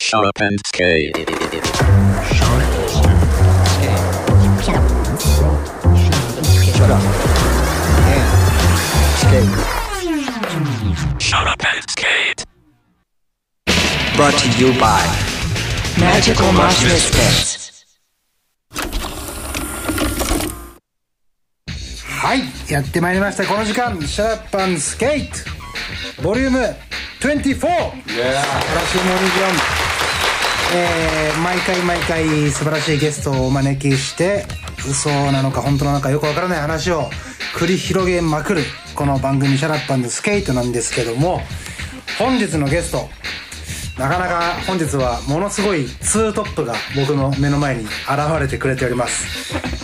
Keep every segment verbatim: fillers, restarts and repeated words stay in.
Sharp and Skate. Shut up and skate. Brought to you by Magical Mouse Biscuits. はい、やってまいりましたこの時間、シャープ&スケートボリュームにじゅうよん、素晴らしいモーニングラン、えー、毎回毎回素晴らしいゲストをお招きして嘘なのか本当なのかよくわからない話を繰り広げまくるこの番組シャラッパ&スケートなんですけども、本日のゲストなかなか本日はものすごいツートップが僕の目の前に現れてくれております、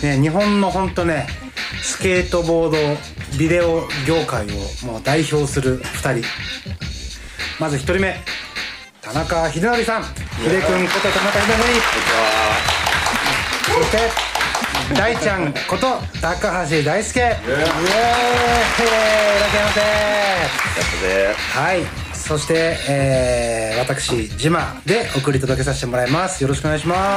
ね、日本の本当ねスケートボードビデオ業界をもう代表するふたり。まずひとりめ、田中秀則さん、秀君こと田中秀則。そして大ちゃんこと高橋大輔。イエーイ、いらっしゃいませ。はい、そして、えー、私ジマで送り届けさせてもらいます。よろしくお願いします。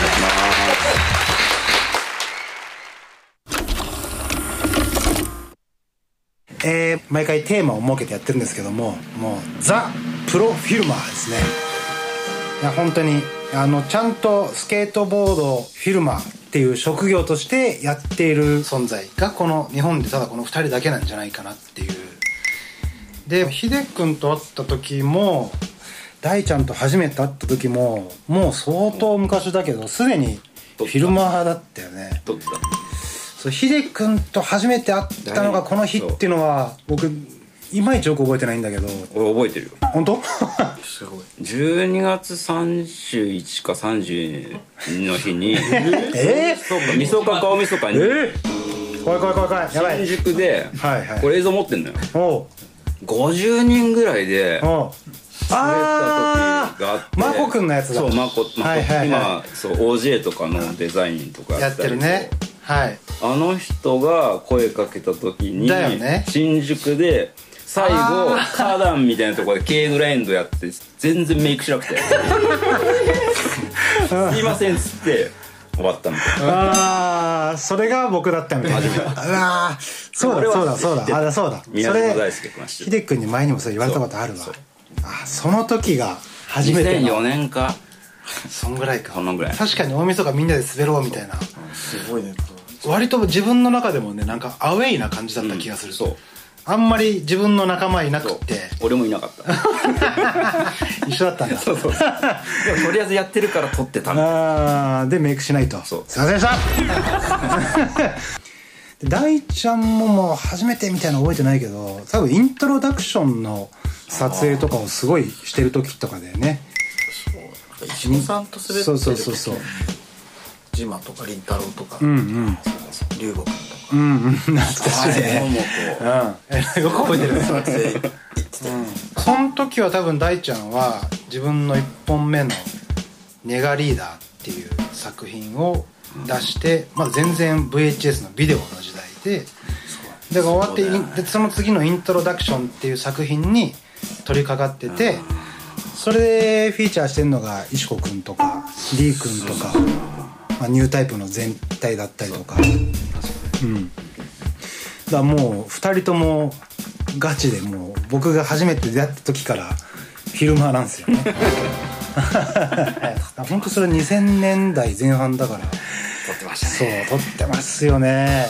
えー、毎回テーマを設けてやってるんですけども、もうザ・プロフィルマーですね。いや本当にあのちゃんとスケートボードフィルマーっていう職業としてやっている存在がこの日本でただこのふたりだけなんじゃないかなっていう。でヒデ君と会った時も大ちゃんと初めて会った時ももう相当昔だけどすでにフィルマーだったよね。 撮ってた。 ヒデ君と初めて会ったのがこの日っていうのは僕いまいちよく覚えてないんだけど。 俺覚えてるよ。 本当？ すごい。じゅうにがつさんじゅういちかさんじゅうの日にえー、 そうかみそかかおみそかに、えー、怖い怖い怖い怖い、やばい。 新宿で、はいはい、これ映像持ってんのよ。おうごじゅうにんぐらいでおうあーがあって、 マコくんのやつだ。 そうマコ、マコ、はいはいはい、今そう オージェー とかのデザインとかやってるね。はい、 あの人が声かけた時にだよ、ね、 新宿で最後花壇みたいなところで K グラインドやって全然メイクしなくてすいませんっつって終わったみたいな。 ああ、それが僕だったみたいな。うわそうだそうだそうだ、あそうだ、 宮島大輔君は知ってる。 秀君に前にもそれ言われたことあるわ。そあその時が初めてのにせんよねんかそんぐらいか。 そのぐらい。 確かに大晦日みんなで滑ろうみたいな、 すごいね。 割と自分の中でもねなんかアウェイな感じだった気がする、うん、そうあんまり自分の仲間いなくて。 俺もいなかった一緒だったんだ。 そうそうそう。でもとりあえずやってるから撮ってたんだ。あでメイクしないと。そうすいませんでした大ちゃんももう初めてみたいなの覚えてないけど多分イントロダクションの撮影とかをすごいしてる時とかだよね。 そう石野さんと滑ってる時。 そうそうそうそうジマとかリンタロウとか、 うんうん、 龍吾君とか、 うんうん、懐かしいね。うん、よく覚えてるね。撮影行ってたよね。その時は多分大ちゃんは自分のいっぽんめのネガリーダーっていう作品を出して、まだ全然 ブイエイチエス のビデオの時代で、だから終わってそ、ね、でその次のイントロダクションっていう作品に取り掛かってて、それでフィーチャーしてるのが石子くんとか D くんとか、まあ、ニュータイプの全体だったりとか、うん、だからもうふたりともガチでもう僕が初めて出会った時からフィルマーなんですよね。本当それにせんねんだいぜん半だから撮ってましたね。そう撮ってますよね。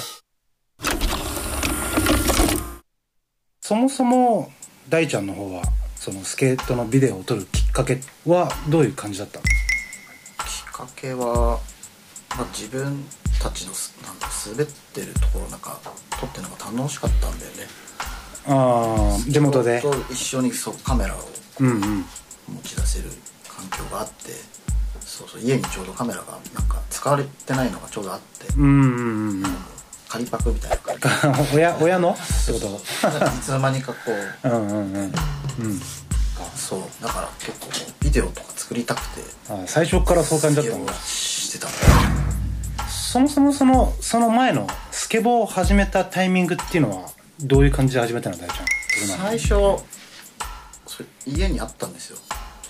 そもそも大ちゃんの方はそのスケートのビデオを撮るきっかけはどういう感じだったの？ きっかけは、まあ、自分たちのなんか滑ってるところなんか撮ってるのが楽しかったんだよね。 ああ、地元でと一緒にそうカメラをうんうん、 持ち出せる環境があって、そうそう家にちょうどカメラがなんか使われてないのがちょうどあって、 うんうんうん、 仮パクみたいな感じ親, 親のってこといつの間にかこううんうんうん、うん、 そうだから結構ビデオとか作りたくて、 あ最初からそう感じだったんだ。 してたんだ。 そもそもそのその前のスケボーを始めたタイミングっていうのはどういう感じで始めたの大ちゃん？ 最初それ家にあったんですよ。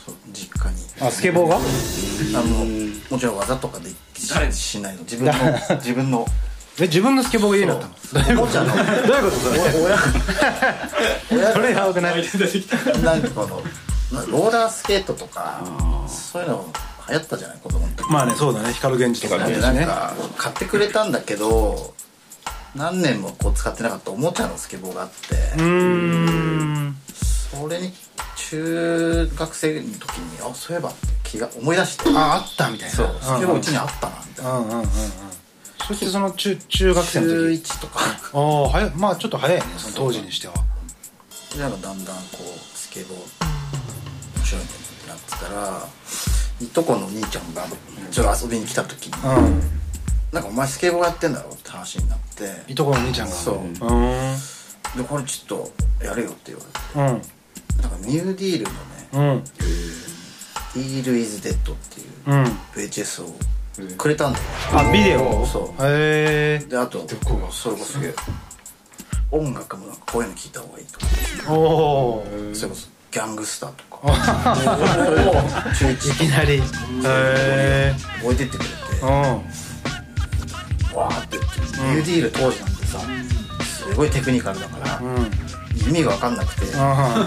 そう実家に。 あ、スケボーがあのもちろん技とかでししないの、自分の自分のえ、自分のスケボーが家にあったの？ おもちゃのどういうことそれ？ 親親それやばくない？ なんかこのローラースケートとかそういうの流行ったじゃない、子供の時。 まあね、そうだね、光源氏とかね。 なんか買ってくれたんだけど何年もこう使ってなかったおもちゃのスケボーがあって、 うーん、 それに中学生の時にあそういえばって気が思い出して、 あ、あったみたいな。 そうスケボーうちにあったなみたいな。 うんうんうんうん。そしてその中中学生の中時。 いちとかああ、早い、まあちょっと早いね、その当時にしては。 でなんかだんだんこうスケボー面白いねってなってたら、いとこの兄ちゃんがちょっと遊びに来た時に、 うん。 なんかお前スケボーやってんだろって話になって、 いとこの兄ちゃんが。 そううーん。 でこれちょっとやれよって言われて、なんかニューディールのねうん。うん。 ディールイズデッドっていううん。 ブイエイチエス をくれたんだよ。 あ、ビデオ？ そうへえ。 であとそれこそ音楽もなんかこういうの聞いた方がいいとか、 おお。 それこそギャングスターとかそれを中いちいきなり。へえ。 置いてってくれて、 うん。 わーって言って、ニューディール当時なんてさすごいテクニカルだから、 うん。 意味が分かんなくて、 あ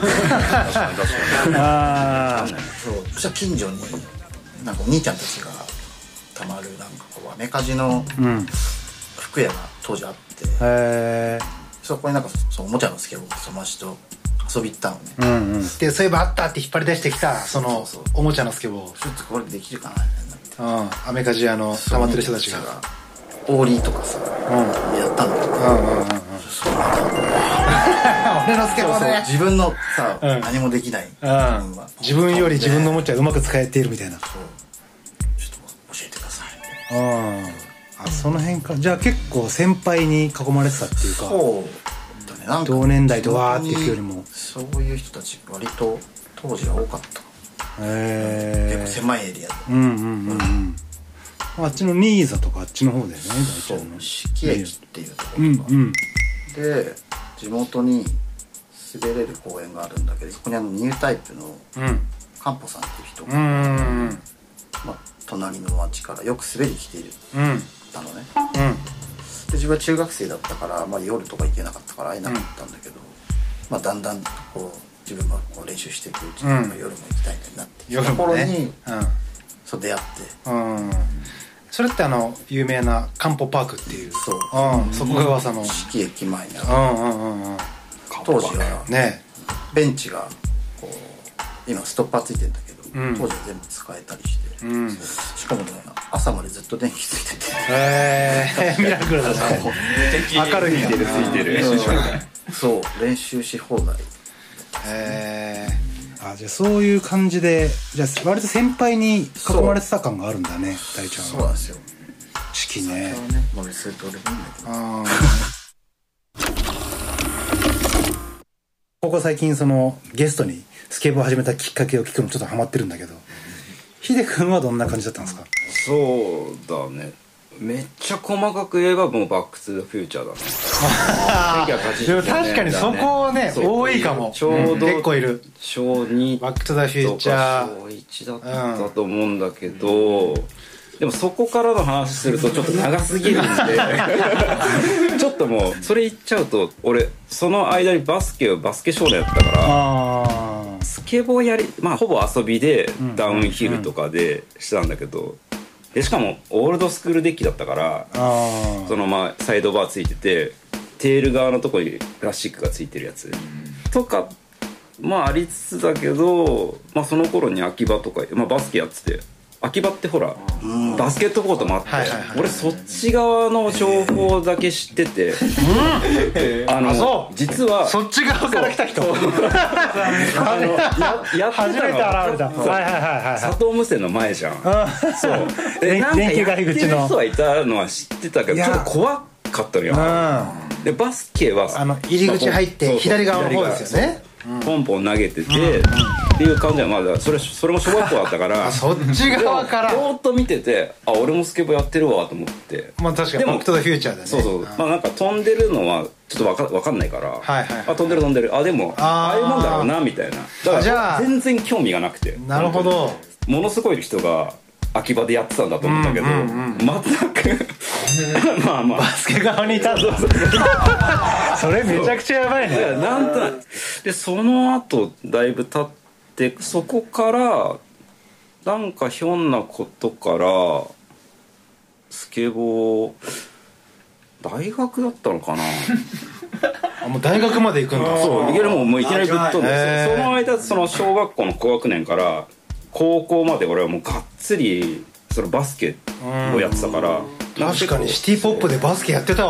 あ。 そうそしたら近所になんかお兄ちゃんたちがたまるなんかこうアメカジのうん。 服屋が当時あって、 へえ。 そこになんかそのおもちゃのスケボー友達と遊び行ったのね。 うんうん。で、そういえばあったって引っ張り出してきたそのそうそうおもちゃのスケボー。 ちょっとこれできるかなみたいな。 うん。アメカジ屋の溜まってる人たちが。 オーリーとかさ、 うん。 やったんだけど、 うんうんうんうん。 そうまた俺のスケボーね。 自分のさ、 うん何もできない、 うん。自分より自分のおもちゃうまく使えているみたいな。 そうちょっと教えてください。 うん。あ、その辺か。じゃあ結構先輩に囲まれてたっていうか。 そうだね、なんか同年代とわーっていくよりもそういう人たち割と当時は多かった。 へえ。 結構狭いエリアで、 うんうんうんうん。あっちのニーザとかあっちの方だよね、 そう大体の。 四季駅っていうとこうんろとか、 うん。 で地元に滑れる公園があるんだけど、そこにあのニュータイプのうん。 カンポさんっていう人うが、 ん。 まあ、隣の町からよく滑りに来ているうん。 たのね。 うん。 で自分は中学生だったから、まあ、夜とか行けなかったから会えなかったんだけど、まあ、だんだんこう自分がこう練習していくうちに、 うんまあ夜も行きたいみたいになってきた夜ところに、 もね。 そう出会ってうん。うん。それってあの有名なカンポパークっていう。 そううん。そこが噂の。 四季駅前にある、 うんうんうんうん。 当時はね。 ベンチがこう今ストッパーついてるんだけど、 うん当時は全部使えたりして、 うん。 しかもね朝までずっと電気ついてて、 へえ。ミラクルだね。明るいんだ。 ついてるそう練習し放題。 へえ。あ、じゃあそういう感じで、じゃあ割と先輩に囲まれてた感があるんだね、大ちゃんは。 そうなんですよ。 式ね。 まあ別にどれでもいいんだけど、 あここ最近そのゲストにスケボー始めたきっかけを聞くのちょっとハマってるんだけど、ヒデ君はどんな感じだったんですか？ そうだね、めっちゃ細かく言えばもうバックトゥザフューチャーだね。 でも確かにそこね、多いかも。 ちょうど結構いる。 小にバックトゥザフューチャー。 小いちだったと思うんだけど、でもそこからの話するとちょっと長すぎるんでちょっともうそれ言っちゃうと、俺その間にバスケをバスケ少年やったから、 あスケボーやり、まあほぼ遊びでダウンヒルとかでしてたんだけど、でしかもオールドスクールデッキだったから、 あ。 そのまあサイドバーついててテール側のとこにプラスチックがついてるやつとかまあありつつだけど、まあその頃に秋葉とか、まあ、バスケやってて、秋葉ってほらバスケットコートもあって、 はいはいはい、 俺そっち側の情報だけ知ってて、あのあそう実はそっち側から来た人あのややってたの初めて現れた。 そうはいはいはいはい。 佐藤無線の前じゃん。そう電なんか電気街口のやってる人はいたのは知ってたけど、 いやちょっと怖かったのよ。 うん。 でバスケはあの入り口入ってそうそう左側の方ですよね。 ポンポン投げてて、っていう感じはまだそれそれも小学校だったからあ、そっち側から。 ぼーっと見てて、あ俺もスケボーやってるわと思って。 まあ確かにバックトゥザフューチャーだね。 そうそう、まあなんか飛んでるのはちょっとわかわかんないから、 はいはいはいあ飛んでる飛んでるあでもあーああいうもんだろうなみたいなだからじゃあ全然興味がなくてなるほど。 ものすごい人が秋葉でやってたんだと思ったけど、 うんうんうん全くまあまあバスケ側にいたんだ。それめちゃくちゃやばいいやね。 なんとなくでその後だいぶ経ってそこからなんかひょんなことからスケボー大学だったのかなあもう大学まで行くんだ。 そういきなりもうもういきなりぶっ飛んへでーその間その小学校の高学年から高校まで俺はもうがっつりそのバスケをやってたから確かにシティポップでバスケやってたわ。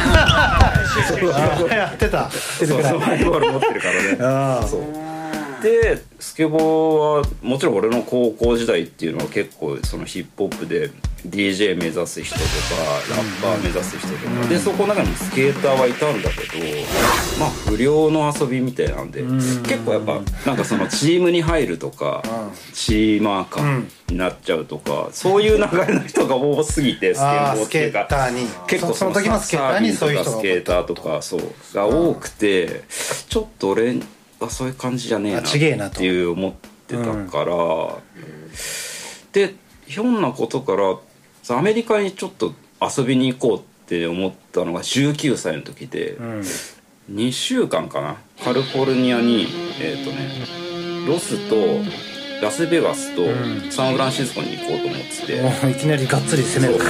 やってた。 そうそうそういうボール持ってるからねそうでスケボーはもちろん俺の高校時代っていうのは結構そのヒップホップで ディージェー 目指す人とかラッパー目指す人とかでそこの中にスケーターはいたんだけどまあ不良の遊びみたいなんで結構やっぱなんかそのチームに入るとかチーマーカーになっちゃうとかそういう流れの人が多すぎてスケボあースケーっていうかーターに結構その時のスケーターにそういう人がサーフィンとかスケーターとかそうが多くてちょっと俺はそういう感じじゃねえなあちげえなとっていう思ってたから、でひょんなことからアメリカにちょっと遊びに行こうって思ったのがじゅうきゅうさいの時で、にしゅうかんかなカリフォルニアにえっとねロスとラスベガスとサンフランシスコに行こうと思ってて、 もういきなりがっつり攻めるから。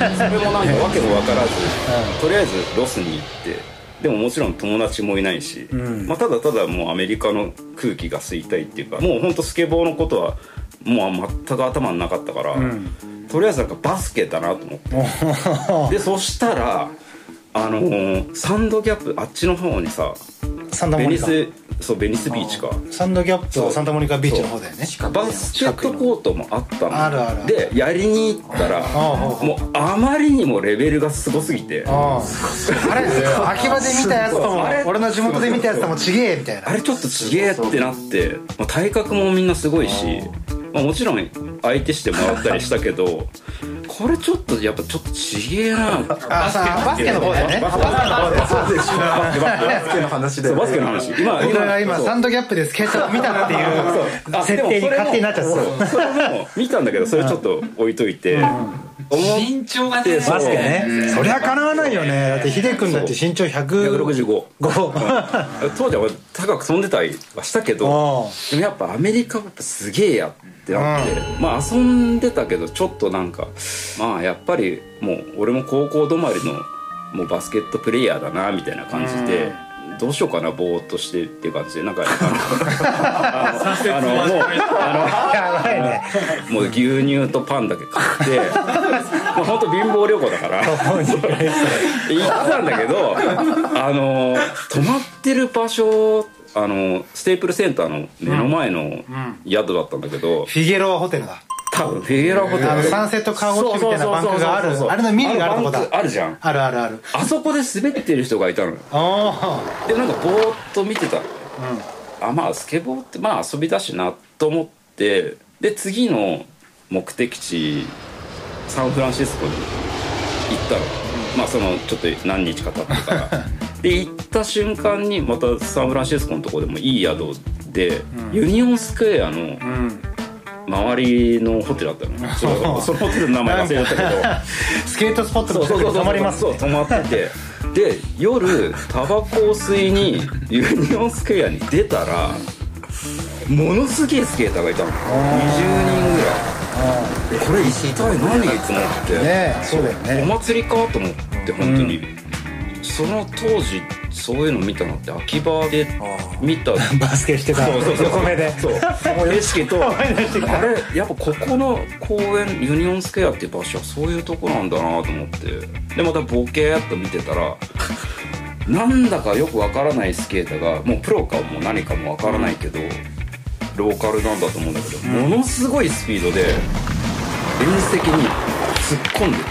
それもなんか訳も分からず、とりあえずロスに行ってでももちろん友達もいないし、まあ、ただただもうアメリカの空気が吸いたいっていうかもうほんとスケボーのことはもう全く頭になかったから、とりあえずなんかバスケだなと思ってでそしたらあのーサンドギャップあっちの方にさサンタモニカ。 ベニスそうベニスビーチかサンドギャップはサンタモニカビーチの方だよね。 バスケットコートもあったのあるあるでやりに行ったらもうあまりにもレベルがすごすぎてあああれ秋葉で見たやつともあれ俺の地元で見たやつともちげえみたいな。 あれちょっとちげえってなってまあ体格もみんなすごいしまあもちろん相手してもらったりしたけどこれちょっとやっぱちょっとちげえなあさバスケの方だよね。 バスケの方でそうですバスケの話でバスケの話今僕らが今サンドギャップでスケートを見たっていう設定に勝手になっちゃった。 それも見たんだけどそれちょっと置いといて身長がねバスケね。そりゃかなわないよね。だってヒデ君だって身長ひゃくひゃくろくじゅうごご。 当時は俺高く飛んでたりはしたけどでもやっぱアメリカはやっぱすげえやってなってまあ遊んでたけどちょっとなんかまあやっぱりもう俺も高校止まりのもうバスケットプレイヤーだなみたいな感じでどうしようかなぼーっとしてっていう感じでなんかあのあのもうやばいね。 あのもう牛乳とパンだけ買ってもうほんと貧乏旅行だから行ったんだけどあの泊まってる場所あのステープルセンターの目の前の宿だったんだけど、 フィゲロアホテルだ。 多分フィゲラホテルあのサンセットカーウォッチみたいなバンクがあるあれのミニがあるとこだ。 あのバンクあるじゃんあるあるある。 あそこで滑ってる人がいたのよあでなんかぼーっと見てたの、あまあスケボーってまあ遊びだしなと思ってで次の目的地サンフランシスコに行ったの、まあそのちょっと何日か経ってからで行った瞬間にまたサンフランシスコのとこでもいい宿で、ユニオンスクエアの周りのホテルだったの、そのそのホテルの名前忘れちゃったけどスケートスポットの近くに泊まりますそう泊まっててで夜タバコを吸いにユニオンスクエアに出たらものすげえスケーターがいたのにじゅうにんぐらいこれ一体何と思ってねえそうだよね。 お祭りかと思って本当に、うん、その当時そういうの見たのって秋葉で見たバスケしてた横目でそう景色とあれやっぱここの公園ユニオンスクエアっていう場所はそういうとこなんだなと思ってでまたボケーっと見てたらなんだかよくわからないスケーターがもうプロかもう何かもわからないけどローカルなんだと思うんだけど、うん、ものすごいスピードで縁石に突っ込んでって、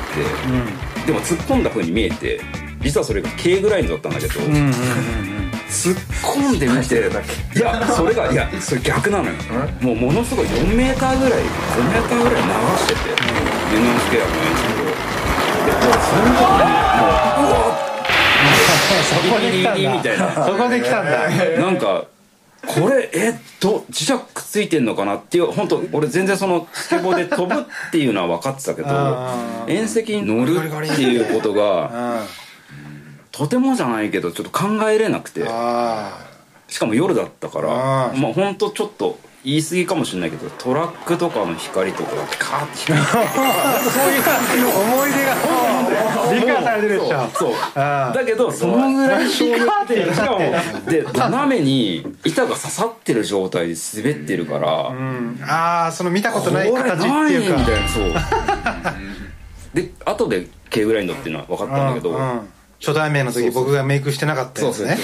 うん、でも突っ込んだ風に見えて実はそれが K グラインドだったんだけど、うんうんうんうん、突っ込んでみていやそれがいやそれ逆なのよもうものすごいよんメーターぐらいごメーターぐらい流してて、ユニオンスクエアの演出をでその時にもううわっそこで来たんギリギリみたいだなそこで来たんだなんかこれえっと磁石くっついてんのかなっていう本当俺全然そのスケボーで飛ぶっていうのは分かってたけど縁石に乗るっていうことがとてもじゃないけどちょっと考えれなくてしかも夜だったからまあ本当ちょっと言い過ぎかもしれないけどトラックとかの光とかがピカーって光ってそういう感じの思い出が理解されてるでしょそうだけどそのぐらい衝撃でしかもで斜めに板が刺さってる状態で滑ってるから、うん、 ああその見たことない形っていうかみたいなそうで後で K グラインドっていうのは分かったんだけど、うんうん初対面の時僕がメイクしてなかったやつね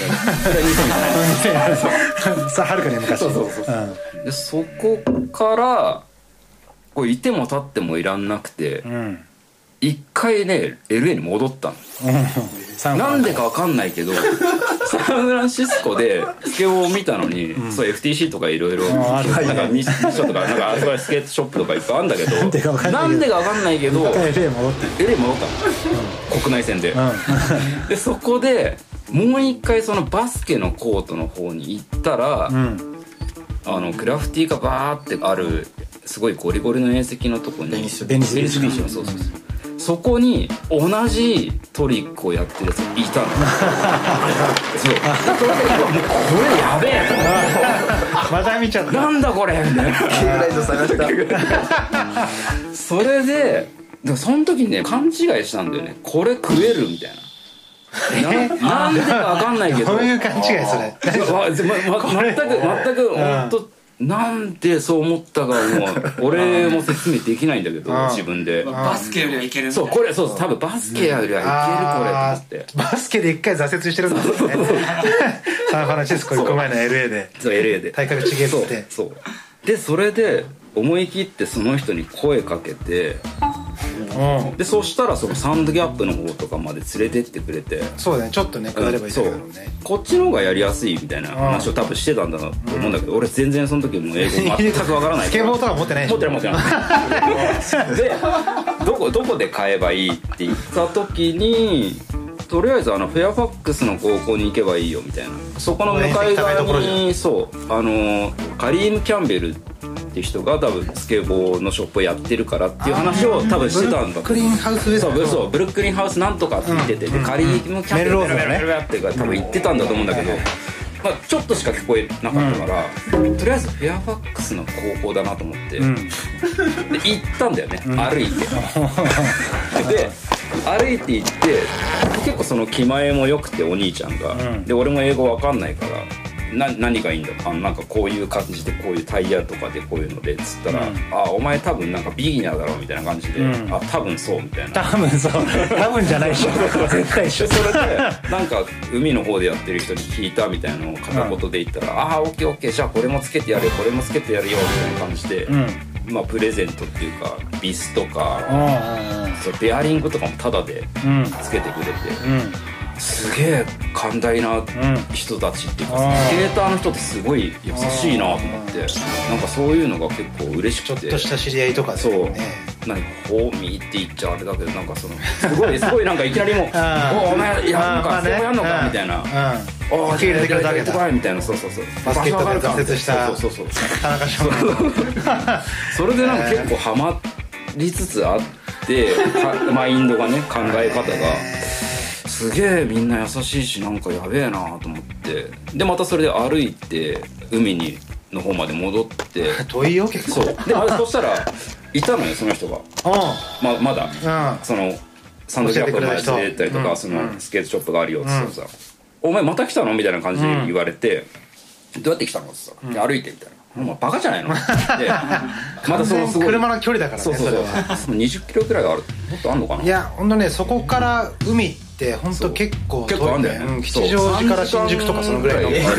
さあはるかに昔そうそうそう、うん、でそこからこういても立ってもいらんなくて、うん、一回ね エルエー に戻ったの、うん、なんでか分かんないけどサンフランシスコでスケボーを見たのに、うん、そう エフティーシー とかいろいろなんかミッションとかなんかあそこでスケートショップとかいっぱいあるんだけどなんでか分かんないけど エルエー 戻った エルエー 戻ったの、うん、国内線で、うん、でそこでもう一回そのバスケのコートの方に行ったら、うん、あのグラフィティがバーってあるすごいゴリゴリの縁石のとこにベニスビーチのそうそうそうそこに同じトリックをやってるやつがいたのそうそれでもうこれやべえとまた見ちゃったなんだこれみたいな Kライト探したそれででもその時にね勘違いしたんだよねこれ食えるみたいなな, なんでか分かんないけどどういう勘違いそれま、ま、全く全く本当なんでそう思ったかも俺も説明できないんだけど自分でバスケよりはいけるそうこれそう多分バスケよりはいけるこれってバスケで一回挫折してるんですよねサンフランシスコ行く前の エルエー でそう エルエー で体格ちげってそうそうでそれで思い切ってその人に声かけてうん、でそしたらそのサンドギャップの方とかまで連れてってくれてそうだねちょっとね下ればいいんだけどね、 うん、こっちの方がやりやすいみたいな話を多分してたんだなと思うんだけど、うん、俺全然その時も英語全くわからないスケボーとか持ってない持ってない持ってないでどこどこで買えばいいって言った時にとりあえずあのフェアファックスの高校に行けばいいよみたいなそこの向かい側にそうあのカリーム・キャンベルっていう人が多分スケボーのショップをやってるからっていう話を多分してたんだブルックリンハウスウェスそうそうブルックリンハウスなんとかって言ってて、うん、でカリーム・キャンベルベラベラベラって多分言ってたんだと思うんだけど、まあ、ちょっとしか聞こえなかったから、うん、とりあえずフェアファックスの高校だなと思って、うん、で行ったんだよね、うん、歩いてで歩いて行って結構その気前も良くてお兄ちゃんが、うん、で俺も英語わかんないからな何がいいんだあのなんかこういう感じでこういうタイヤとかでこういうのでっつったら、うん、あお前多分なんかビギナーだろみたいな感じで、うん、あ多分そうみたいな多分そう多分じゃないっしょ絶対一緒それでなんか海の方でやってる人に聞いたみたいなのを片言で言ったら、うん、ああオッケーオッケーじゃあこれもつけてやるよこれもつけてやるよみたいな感じで、うんまあ、プレゼントっていうかビスとかそうベアリングとかもタダでつけてくれて、うんすげえ寛大な人たちっていうか、うん、スケーターの人ってすごい優しいなと思ってなんかそういうのが結構嬉しくてちょっとした知り合いとかで、ね、 そう何ホーミーって言っちゃあれだけどなんかそのすごいすごいなんかいきなりもうおお前やるのかスケボーやんのかみたいなおお消えてくれたわけだみたいなそうそうそうバスケットで挫折したそうそうそう田中翔それでなんか結構ハマりつつあってマインドがね考え方がすげえみんな優しいしなんかやべえなと思ってでまたそれで歩いて海にの方まで戻って遠いよ結構そうでまたそしたらいたのよその人がま, まだそのサンドギャップのやつでたりとか、うん、そのスケートショップがあるよって言ったらさ、うん、お前また来たのみたいな感じで言われて、うん、どうやって来たのってさ、うん、歩いてみたいなお前バカじゃないのでまたそのすごい車の距離だからねそうそうそうにじゅっキロくらいがあるもっとあんのかないやほんとねそこから海ってほんと結構結構あんだよね、 うん、吉祥寺から新宿とかそのぐらいの距離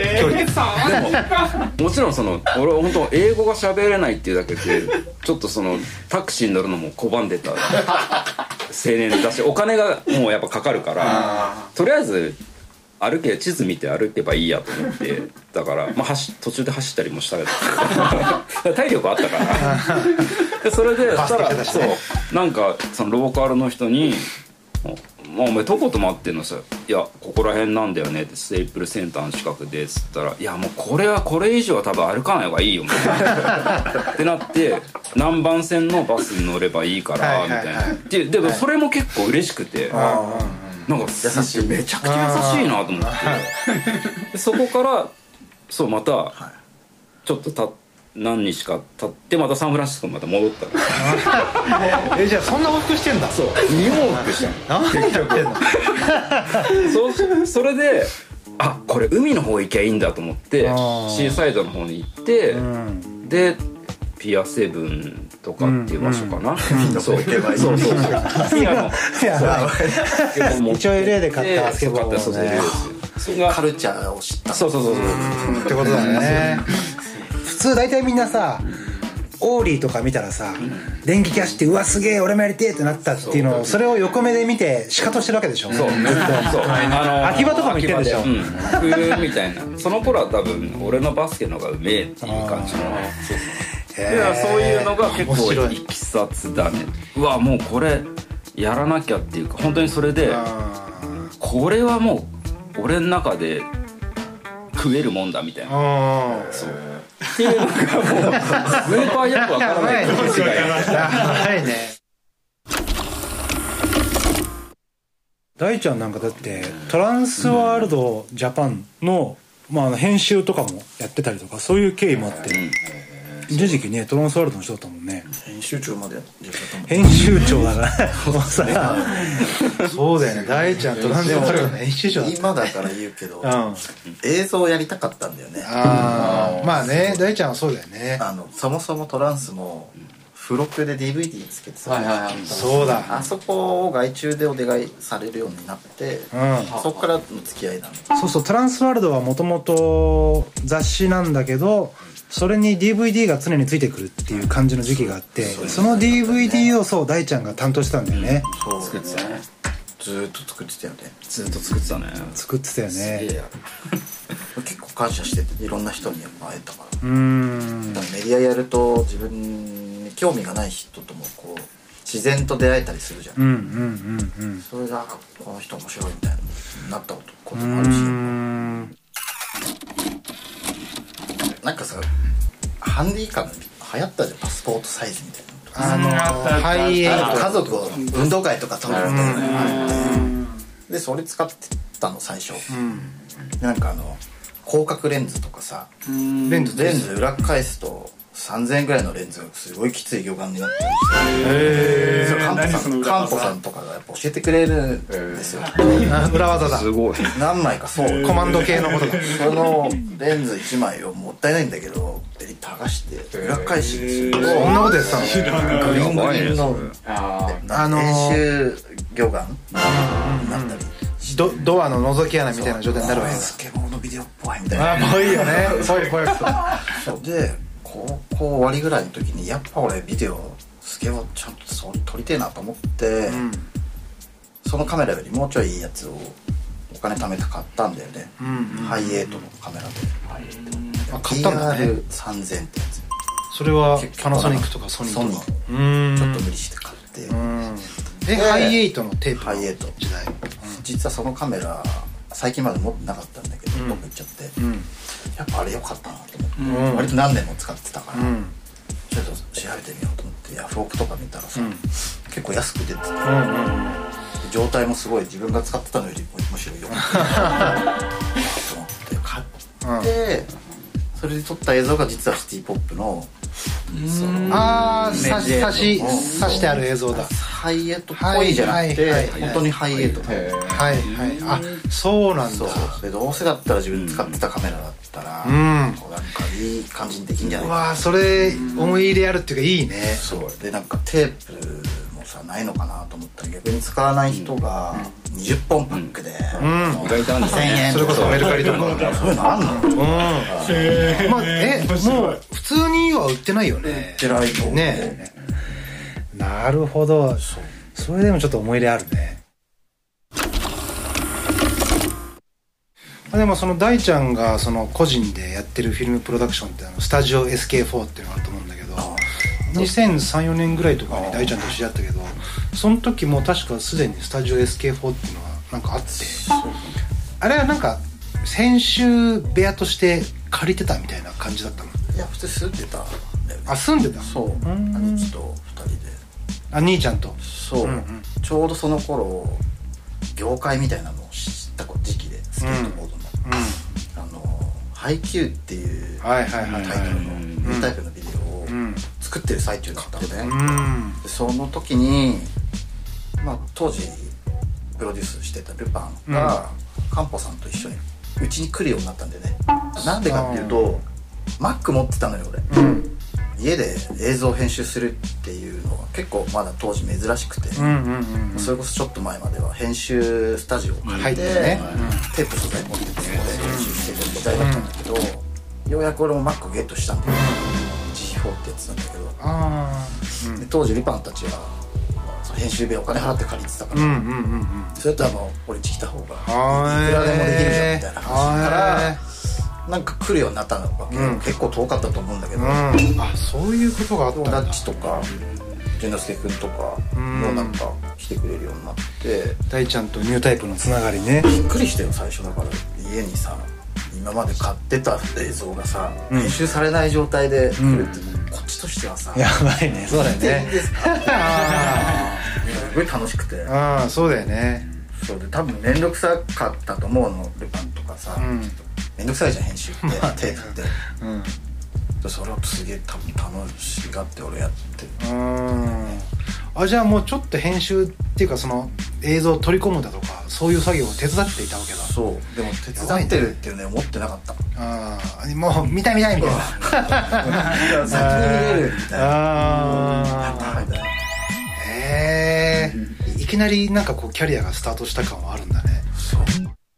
でももちろんその俺は本当英語が喋れないっていうだけでちょっとそのタクシーに乗るのも拒んでた青年だしお金がもうやっぱかかるからとりあえず歩け地図見て歩けばいいやと思ってだから、まあ、走途中で走ったりもしたけど体力あったからでそれでしたらそうなんかそのローカルの人にまあ、お前どこ止まってんのさ、いやここら辺なんだよねって、ステープルセンターの近くでっつったら、いやもうこれはこれ以上は多分歩かない方がいいよみたいなってなって、何番線のバスに乗ればいいからみたいな、ででもそれも結構嬉しくて、なんか優しい、めちゃくちゃ優しいなと思ってでそこからそうまたちょっとた何日か経ってまたサンフランシスコにまた戻ったのえじゃあそんな往復してんだ。 そうに往復したの何やってんのそ, それであこれ海の方行きゃいいんだと思ってシーサイドの方に行って、うん、でピアセブンとかっていう場所かな、うんうん、そうそうそうそうピアの一応 エルエー で買ったスケボーをね、 そうそれがカルチャーを知った。 そうそうそうそうってことだね。普通大体みんなさ、オーリーとか見たらさ、電気キャッシュってうわすげえ俺もやりてえってなったっていうのを、それを横目で見てシカトしてるわけでしょ。そうずっとそう秋葉とかも言ってるでしょ。 冬みたいな、その頃は多分俺のバスケの方がうめえっていう感じの、そうそうそういうのが結構いきさつだね。うわもうこれやらなきゃっていうか、本当にそれでこれはもう俺の中で食えるもんだみたいな、そうっていうのがもうスーパーよくわからない気持ちがやばいね。大ちゃんなんかだってトランスワールドジャパンの、まあ、編集とかもやってたりとか、そういう経緯もあって、一時期ねトランスワールドの人だったもんね。 編集長までやってたもん。 編集長だからもうさそうだよね、大ちゃんトランスワールドの編集長だった。 今だから言うけど、うん、映像をやりたかったんだよね。 ああまあね、大ちゃんはそうだよね。 あのそもそもトランスも付録で ディーブイディー つけてた、はいはいはい、 そうだ、 あそこを外注でお願いされるようになって、うん、そこからの付き合いなんだ。 そうそう、トランスワールドはもともと雑誌なんだけど、それに ディーブイディー が常についてくるっていう感じの時期があって、その ディーブイディー をそう大ちゃんが担当してたんだよね。 そう作ってたね、ずーっと作ってたよね。 ずっと作ってたね。 作ってたよね。 結構感謝してて、いろんな人に会えたから。うーん、だからメディアやると自分に興味がない人ともこう自然と出会えたりするじゃん。うんうんうんうん。それがこの人面白いみたいになったこともあるし、なんかさ、ハンディカム流行ったじゃん、パスポートサイズみたいな。あのー、ハイエー家族を運動会とか撮るみたいな。でそれ使ってたの最初、うん、なんかあの広角レンズとかさ、レンズレンズ裏返すとさんぜんえんぐらいのレンズがすごいきつい魚眼になったりして、へー、カンポさんカンポさんとかがやっぱ教えてくれるんですよ。 裏技だ。 すごい。 何枚かそうコマンド系のことだ。 そのレンズいちまいをもったいないんだけどベリッと剥がして裏返しにすると、 そんなことやってたの？ グリーングリーンのあの編集魚眼になったり、 ド, ドアの覗き穴みたいな状態になるわけだ。 スケボーのビデオっぽいみたいな。 ああもういいよね。そういう声そうで高校終わりぐらいの時にやっぱ俺ビデオスケボーちゃんと撮りてえなと思って、うん、そのカメラよりもうちょいいいやつをお金貯めて買ったんだよね、うんうんうん、ハイエイトのカメラで、 あ、買ったんだね。 ティーアールさんぜん ってやつ。 それはパナソニックとかソニーとか。 ソニーちょっと無理して買って、うん、 でハイエイトのテープハイエイト時代、うん、実はそのカメラ最近まで持ってなかったんだけど、うん、どっか行っちゃって、うん、やっぱあれ良かったなと思って、うん、割と何年も使ってたから、うん、ちょっと調べてみようと思ってヤフオクとか見たらさ、うん、結構安く出てて、うんうん、状態もすごい自分が使ってたのよりむしろ良かったなと思って買って、うん、それで撮った映像が実はシティポップのそのああ差し差し差してある映像だ。 ハイエイトっぽいじゃなくて、はいはいはい、本当にハイエイトで、 はいはい、あ、そうなんだ。 そうでどうせだったら自分使ってたカメラだったら、うん、こうなんかいい感じにできんじゃないかな。 うわそれ思い入れあるっていうかいいね。 そうでなんかテープもさないのかなと思ったら逆に使わない人がにじゅっぽんパックで、うん、 意外とあるんですね。 それこそメルカリとかそういうのあんの？うん。 えまあえもう普通には売ってないよね。 売ってないとね。なるほど。それでもちょっと思い入れあるね。でもその大ちゃんがその個人でやってるフィルムプロダクションってあのスタジオ エスケーフォー っていうのがあると思うんだけど、にせんさん、よねんぐらいとかに大ちゃんと知り合ったけど、 その時も確かすでにスタジオ エスケーフォー っていうのはなんかあって、あれはなんか編集部屋として借りてたみたいな感じだったの？ いや普通に住んでたんだよね。 あ、住んでた？ そう、兄貴とふたりで。 あ、兄ちゃんと。 そう、うんうん、ちょうどその頃業界みたいなのを知った時期で、スケートボードの、うんうん、あのハイキューっていうタイトルの V タイプのビデオを作ってる最中だったので、うん、でその時に、まあ、当時プロデュースしてたルパンが、うん、カンポさんと一緒にうちに来るようになったんでね。なんでかっていうと Mac 持ってたのよ俺、うん、家で映像編集するっていうのは結構まだ当時珍しくて、うんうんうんうん、それこそちょっと前までは編集スタジオを借りて、ね、うん、テープとか持っててそこで編集してた時代だったんだけど、うん、ようやく俺も Mac ゲットしたんだよ、うん、ジーフォー ってやつなんだけど、あ、うん、で当時ルパンたちは編集でお金払って借りてたから、うんうんうんうん、それとはもう俺んち来た方がいくらでもできるじゃんみたいな話からなんか来るようになったわけ、うん、結構遠かったと思うんだけど、うん、 あ、そういうことがあったんだ。 ダッチとか淳之介君とかもなんか来てくれるようになって、うん、 大ちゃんとニュータイプのつながりね。 びっくりしたよ最初だから。家にさ今まで買ってた映像がさ、うん、編集されない状態で来るって、うん、こっちとしてはさやばいね。そうだよね。いいですかすごい楽しくて。 ああ、そうだよね。 そうで多分面倒くさかったと思うのルパンとかさ、うん、面倒くさいじゃん編集って、まあ、テープって、うん、それをすげえ多分楽しがって俺やってる。うん、 あ、じゃあもうちょっと編集っていうかその映像を取り込むだとかそういう作業を手伝っていたわけだ。 そうでも手伝ってるっていうね思ってなかった。 ああ、もう見たい見たいみたいな先に見れるみたいな。 ああ、へえ、いきなりなんかこうキャリアがスタートした感はあるんだね。そう。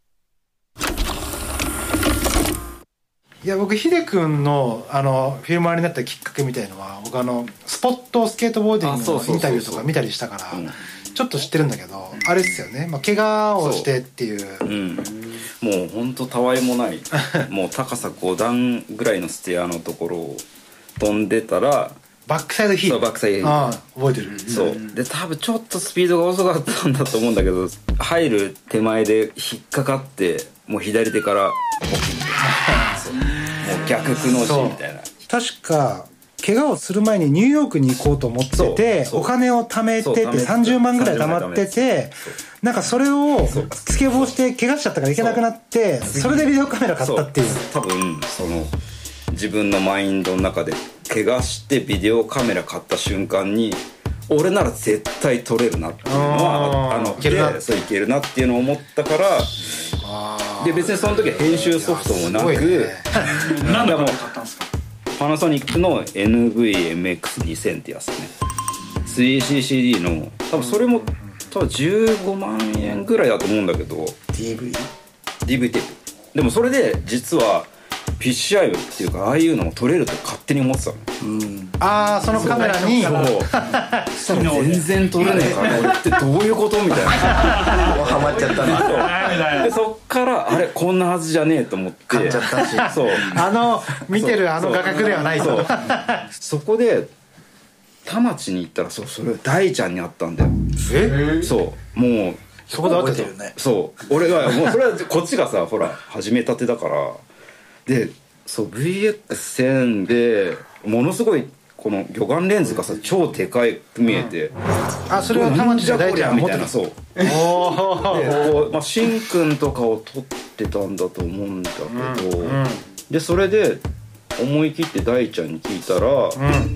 いや、僕ヒデ君のあのフィルマーになったきっかけみたいのは、僕あのスポットスケートボーディングのインタビューとか見たりしたから、ちょっと知ってるんだけど、あれっすよね、まあ、怪我をしてっていう、うん、 もうほんとたわいもないもう高さご段ぐらいのステアのところを飛んでたらバックサイドヒート。 そう、バックサイドヒート。 ああ、覚えてる。 そうで多分ちょっとスピードが遅かったんだと思うんだけど、入る手前で引っかかってもう左手からポキンってもう逆くの字みたいな。 確か怪我をする前にニューヨークに行こうと思ってて、お金を貯めててさんじゅうまんぐらい貯まってて、なんかそれをスケボーして怪我しちゃったから行けなくなって、それでビデオカメラ買ったっていう。 多分その自分のマインドの中で怪我してビデオカメラ買った瞬間に俺なら絶対撮れるなっていうのはあのいけるな、そういけるなっていうのを思ったから。で別にその時は編集ソフトもなく、 何だもう買ったんですか？ パナソニックの エヌブイエムエックスにせん ってやつね。 スリーシーシーディー の多分それも多分じゅうごまんえんぐらいだと思うんだけどディーブイ？ ディーブイ テープでもそれで実はピッシュアイブっていうかああいうのも撮れると勝手に思ってたの。 うん、ああ、そのカメラにそうしたら全然撮れねえから俺ってどういうことみたいなハマっちゃったな。でそっからあれこんなはずじゃねえと思って買っちゃったし、 そうあの見てるあの画角ではないと。 そこで田町に行ったらそうそれ大ちゃんに会ったんだよ。 えそうもうそこで会ってたよね。 そう俺がもうそれはこっちがさほら始めたてだからでそう ブイエックスせん でものすごいこの魚眼レンズがさ超でかいく見えて、うん、 あそれは田町じゃ大ちゃんみたいな。そうおで、まあ、しんくんとかを撮ってたんだと思うんだけど、うんうん、でそれで思い切って大ちゃんに聞いたら、うん、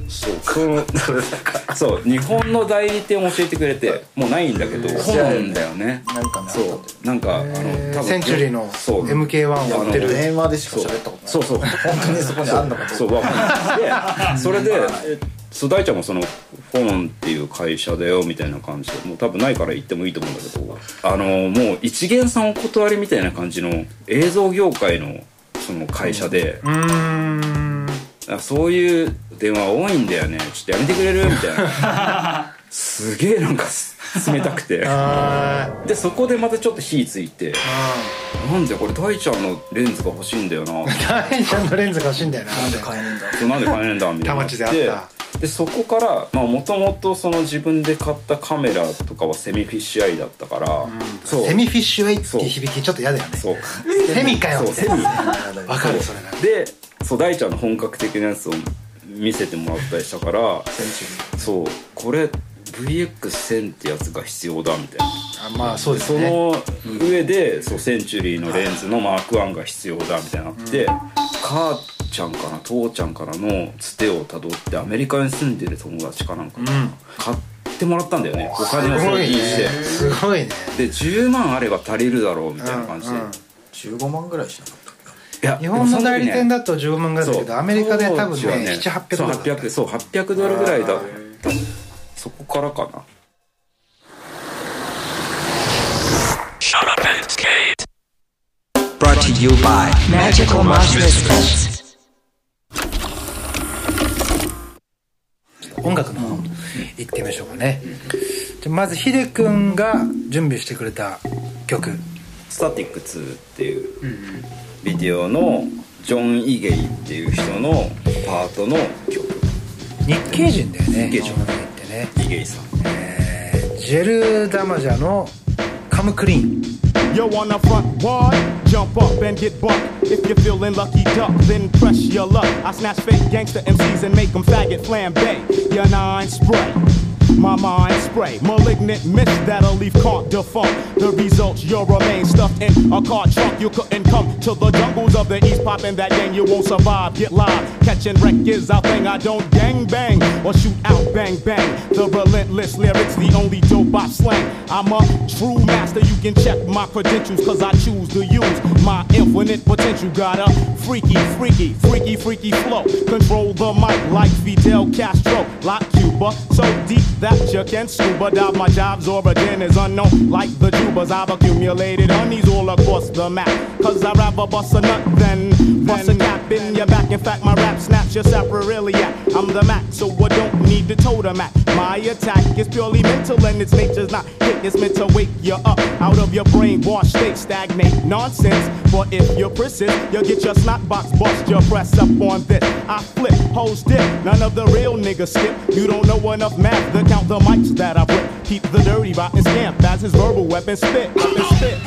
そうそのそう日本の代理店を教えてくれてもうないんだけど本だよね。 なんかね、 そうなんかあの多分センチュリーの エムケーワン を売ってる電話でしか喋ったことない。 そうそう本当にそこにあんのかと。 そう分かんないでそれでそう大ちゃんもそのフォンっていう会社だよみたいな感じでもう多分ないから言ってもいいと思うんだけどあのもう一元さんお断りみたいな感じの映像業界のその会社で、うーんそういう電話多いんだよねちょっとやめてくれるみたいなすげえなんか冷たくてでそこでまたちょっと火ついてなんでこれ大ちゃんのレンズが欲しいんだよな大ちゃんのレンズが欲しいんだよななんで買えねえんだそうなんで買えねえんだみたいな田町であったでそこからもともとその自分で買ったカメラとかはセミフィッシュアイだったから、うん、 そうセミフィッシュアイって響きちょっっと嫌だよね。そうセミかよってセミわかるそれがでそう大ちゃんの本格的なやつを見せてもらったりしたからそうこれ ブイエックスせん ってやつが必要だみたいなあまあそうですねその上でそうセンチュリーのレンズのマークワンが必要だみたいになって、うん、母ちゃんかな父ちゃんからのつてをたどってアメリカに住んでる友達かなんか、うん、買ってもらったんだよねお金を送金してすごいねでじゅうまんあれば足りるだろうみたいな感じで、うんうん、 じゅうごまんぐらいしなかったいや日本の代理店だとじゅうごまんぐらいだけどアメリカで多分ねななひゃくはっぴゃくドルだったそうはっぴゃくドルぐらいだったそこからかな Shut up and skate Brought to you by Magical Mushroom 音楽の方行ってみましょうかね、じゃまずヒデくんが準備してくれた曲スタティックツーっていうビデオのジョン・イゲイっていう人のパートの曲日系人だよね日系人ってねイゲイさん、 えー、ジェルダマジャのカムクリーン Yo, on the front wall, jump up and get bucked. If you're feeling lucky, duck, then press your luck. I snatch fake gangster M Cs and make them faggot flambe. Your nine spray, my mind spray. Malignant mist that'll leave can't defunct. The results, you'll remain stuffed in a car trunk. You couldn't come to the jungles of the east, poppin' that gang. You won't survive, get live. Catching wreck is our thing. I don't gang bang or shoot out bang bang. The relentless lyrics, the only dope I slang. I'm a true master, you can check my credentials, cause I choose to use my infinite potential. Got a freaky, freaky, freaky, freaky flow. Control the mic like Fidel Castro, like Cuba. So deep that you can scuba dive. My job's origin is unknown, like the Jubas. I've accumulated honeys all across the map, cause I'd rather bust a nut than bust a cap in your back. In fact, my rap snaps your sapriliac. I'm the Mac, so I don't need to totem at. My attack is purely mental and its nature's not hit. It's meant to wake you up out of your brainwashed state. Stagnate nonsense, but if you're persist, you'll get your snot box bust. Your press up on this. I flip, hoes dip, none of the real niggas skip. You don't know enough math to count the mics that I've ripped. Keep the dirty rotten scamp as his verbal weapon spit, weapon spit.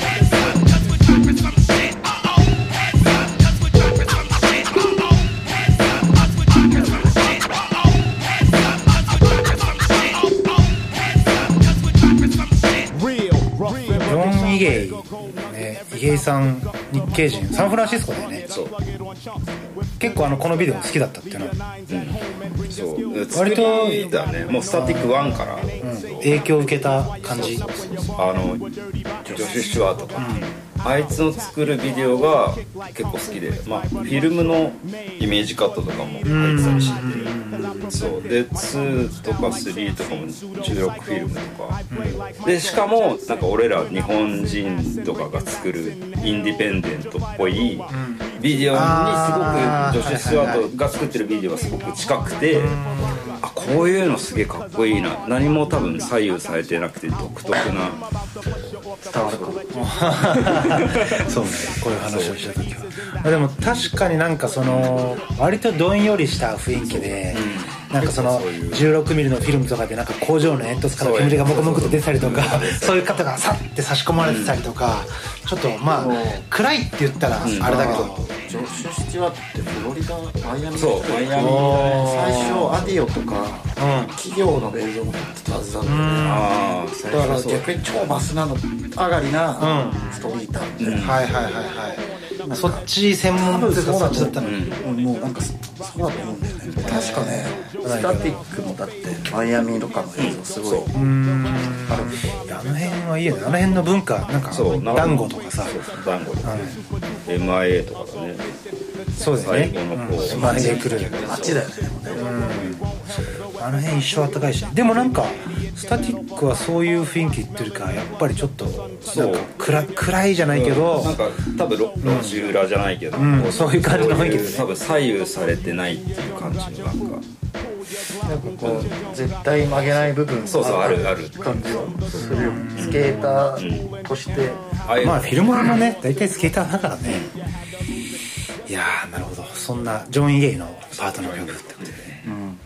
イゲイ、ね、イゲイさん日系人サンフランシスコだよねそう結構あのこのビデオも好きだったっていうのは、 うん、そう割とだねもうスタティックワンから、うん、 影響を受けた感じあのジョシュ・シュワーとか、うん、あいつの作るビデオが結構好きでまあフィルムのイメージカットとかも入ってたりしててそうでツーとかスリーとかもじゅうろくフィルムとか、うん、でしかもなんか俺ら日本人とかが作るインディペンデントっぽいビデオにすごくジョシュ・スチュワートが作ってるビデオがすごく近くてあこういうのすげえかっこいいな何も多分左右されてなくて独特な伝わるかもそうねこういう話をした時はでも確かになんかその割とどんよりした雰囲気で、うん、なんかそのじゅうろくミリのフィルムとかでなんか工場の煙突から煙がモクモクと出たりとかそういう方がサッて差し込まれてたりとか、うん、ちょっとまあ暗いって言ったらあれだけど、うん、 ジョシュ・スチュワートってフロリダマイアミそうマイアミ最初アディオとか、うん、企業の映像も撮ってたはずなんだよね、あだから逆に超マスなの上がりなストリーターみたいな、うん、 はいはいはいはいそっち専門っていうかそっちだったの、うん、 もうなんかそうだと思うんだよね確かねスタティックもだってマイアミとかの映像すごいうんあの辺はいいよねあの辺の文化なんかダンゴとかさダンゴとか、うん、エムアイエー とかだねそうですね最後のこう、 うん、街で来る街だよね、 うん、あの辺一生あったかいしでもなんかスタティックはそういう雰囲気っていうかやっぱりちょっとなんか 暗, 暗いじゃないけど、 うん、なんか多分路地裏じゃないけど、 うん、そういう感じの雰囲気ですね多分左右されてないっていう感じのなんかなんかこう絶対曲げない部分そうそうあるある感じはするよスケーターとして、 うん、まあフィルマーもね大体スケーターだからねいやーなるほどそんなジョン・イゲイのパートの曲ってことでね、うん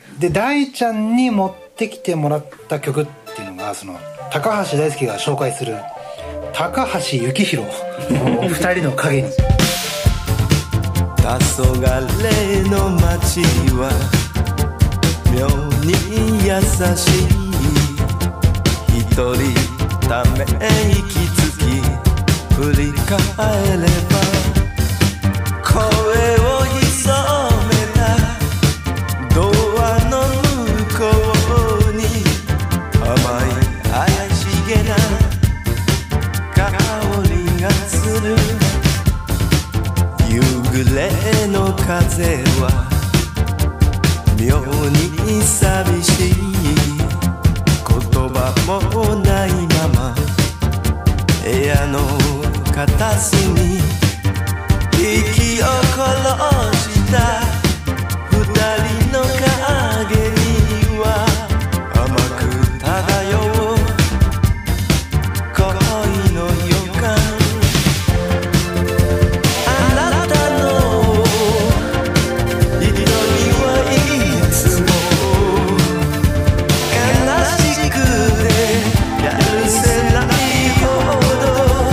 で大ちゃんに持ってきてもらった曲っていうのがその高橋大輔が紹介する高橋幸宏のふたりの影に。 黄昏の街は妙に優しい。一人ため息つき振り返れば声を潜めたドアの向こうに甘い怪しげな香りがする。夕暮れの風は妙に寂しい。言葉もないまま部屋の片隅息を殺した二人の影には甘く漂う恋の予感。あなたの瞳はいつも悲しくてやるせないほど。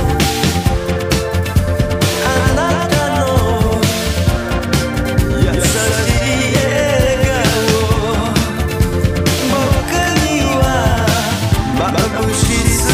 あなたの優しい笑顔僕には眩しす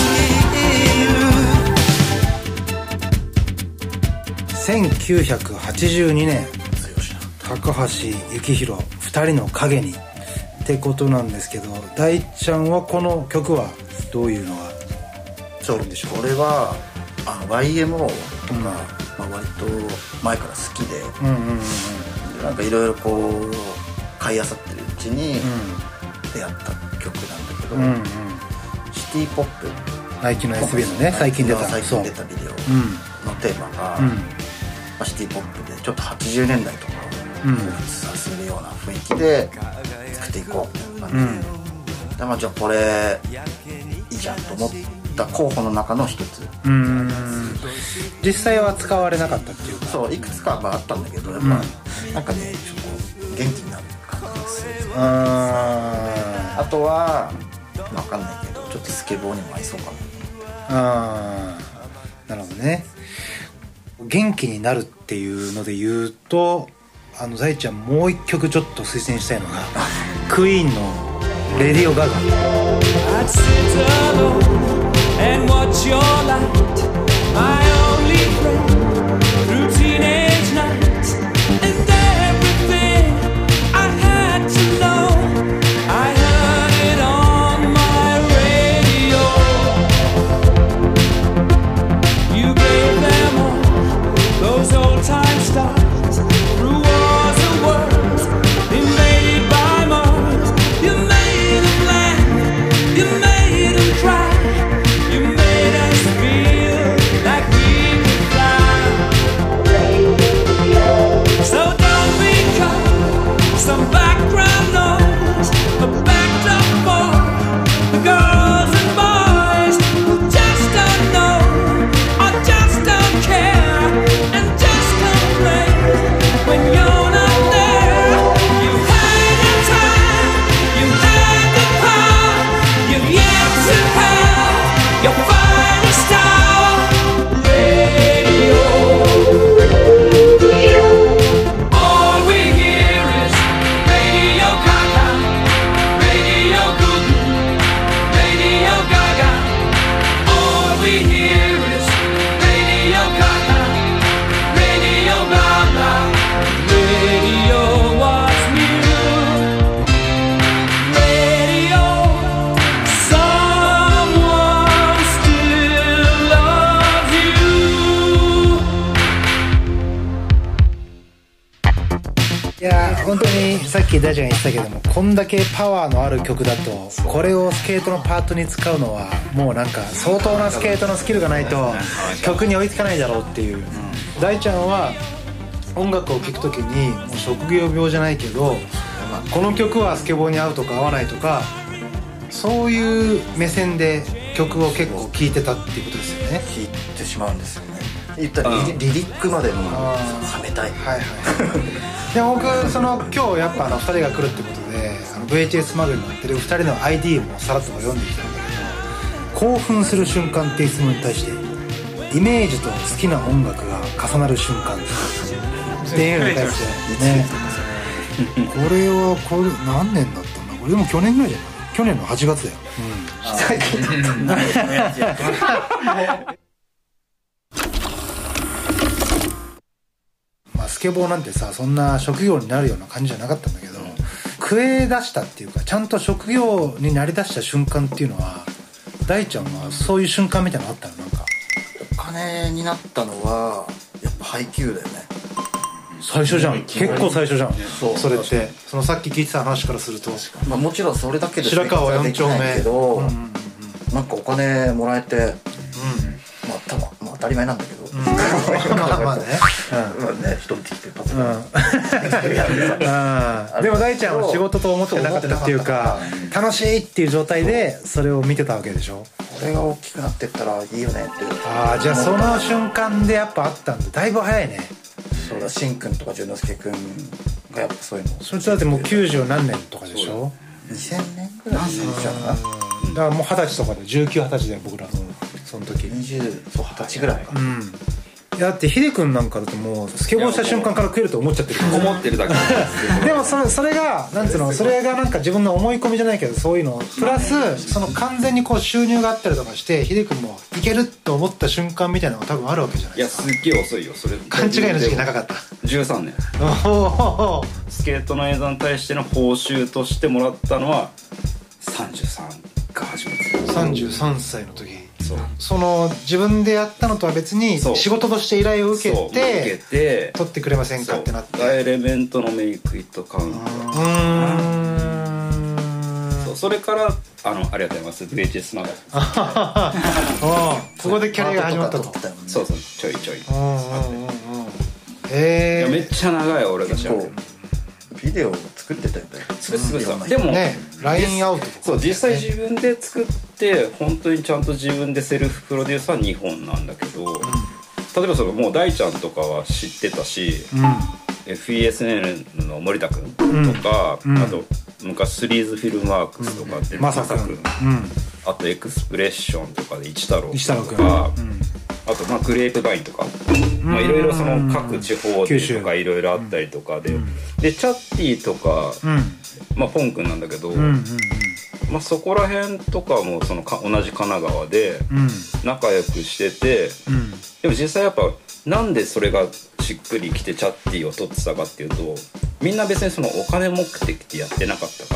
ぎる。 せんきゅうひゃくはちじゅうにねん高橋幸宏ふたりの影にってことなんですけど、大ちゃんはこの曲はどういうのがそうあるんでしょう。 これはあの ワイエムオー とか、まあ、割と前から好きで、 うんうんうんうん、 なんかいろいろこう買い漁ってるうちに出会った曲なんだけど、 うんうん、 シティポップナイキの エスビー のね最近出た最近出たビデオのテーマが、 うんまあ、シティポップでちょっとはちじゅうねんだいとかを彷彿させるような雰囲気で作っていこうみたいな感じで、うん、でまあじゃあこれいいじゃんと思った候補の中の一つ。 うーん実際は使われなかったっていうか、 そういくつかまああったんだけどやっぱ、うん、なんかねちょっと元気になる感じがする。ああとは分かんないけどちょっとスケボーにも合いそうかな。 あーなるほどね。元気になるっていうので言うとあの大ちゃんもう一曲ちょっと推薦したいのがクイーンのレディオガガ。I'd sit alone and watch your light, my only friend through teenage nights, and everything I had to know, I heard it on my radio. You gave them all those old time stars through wars and worlds invaded by Mars. You made them laugh, you made them cry, you made us feel like we could fly. So don't become some background noise, a backdrop for the girls and boys who just don't know or just don't care and just complain when you're not there. You had the time, you had the power, you've yet to have your finest hour. Radio, all we hear is Radio Gaga, Radio Goo Goo, Radio Gaga. All we hear is Radio Gaga, Radio Gaga. Radio what's new, Radio someone still loves you. いやー本当にさっき大ちゃんが言ってたけどもこんだけパワーのある曲だとこれをスケートのパートに使うのはもうなんか相当なスケートのスキルがないと曲に追いつかないだろうっていう。大ちゃんは音楽を聴くときにもう職業病じゃないけどこの曲はスケボーに合うとか合わないとかそういう目線で曲を結構聴いてたっていうことですよね。 聴いてしまうんですよね。言ったらリ, リリックまでもはめたい。 はいはいで僕その今日やっぱあのふたりが来るってことであの ブイエイチエス マグに載ってるふたりの アイディー もさらっと読んできたんだけど、興奮する瞬間っていう質問に対してイメージと好きな音楽が重なる瞬間っていうのに対してねこれはこれ何年だったんだこれでも去年ぐらいじゃない去年のはちがつだよ、うん、まあスケボーなんてさそんな職業になるような感じじゃなかったんだけど、食え出したっていうかちゃんと職業になりだした瞬間っていうのは大ちゃんはそういう瞬間みたいなのあったの？なんかお金になったのはやっぱ配給だよね。 最初じゃん、結構最初じゃん。 そうそれってそのさっき聞いてた話からすると、 まあ、もちろんそれだけで白川よん丁目けど、うんうんうん、なんかお金もらえて、うん、まあ多分、まあ、当たり前なんだけど、うん、まあまあね、うん、まあね一人で来てパソコン、うんうん、でも大ちゃんは仕事と思ってなかったっていうか楽しいっていう状態でそれを見てたわけでしょ。これが大きくなってったらいいよねって。 ああ、じゃあその瞬間でやっぱあったんだ。だいぶ早いね。 そうだ、しんくんとか淳之介くんがやっぱそういうの。 それってだってもうきゅうじゅう何年とかでしょ。 にせんねんぐらいじゃんな。だからもう二十歳とかでじゅうきゅう、二十歳で僕らその時にじゅう、そう二十歳ぐらいか。うん。 だってヒデ君なんかだともうスケボーした瞬間から食えると思っちゃってる。 思ってるだけでもそれそれがなんていうの、それがなんか自分の思い込みじゃないけどそういうのプラスその完全にこう収入があったりとかしてヒデ君もいけると思った瞬間みたいなのが多分あるわけじゃないですか。 いやすっげえ遅いよそれ。 勘違いの時期長かった。 じゅうさんねん。スケートの映像に対しての報酬としてもらったのはさんじゅうさんが初めて。 さんじゅうさんさいの時。そ, その自分でやったのとは別に仕事として依頼を受け て, 受けて撮ってくれませんかってなって、 エレメントのメイクイットカウント、そう、それからあのありがとうございます ブイエイチエス マガジンここでキャリアが始まったと。 そうそう、ちょいちょい。 えー、めっちゃ長い俺たちはビデオを作ってたよね。 作ってた。でもね、ラインアウトとか、ね、 そう実際自分で作って本当にちゃんと自分でセルフプロデュースはにほんなんだけど、うん、例えばそのもう大ちゃんとかは知ってたし、うん、エフイーエスエヌ の森田君とか、うん、あと昔スリーズフィルムワークスとかってまさ君、 あとエクスプレッションとかで一太郎とか、あとまあグレープバインとか、まあいろいろその各地方でとかいろいろあったりとかで、でチャッティとか、まあポン君なんだけど、まあそこら辺とかもそのか同じ神奈川で仲良くしてて、でも実際やっぱなんでそれがしっくりきてチャッティを撮ってたかっていうと、みんな別にそのお金目的でやってなかったから、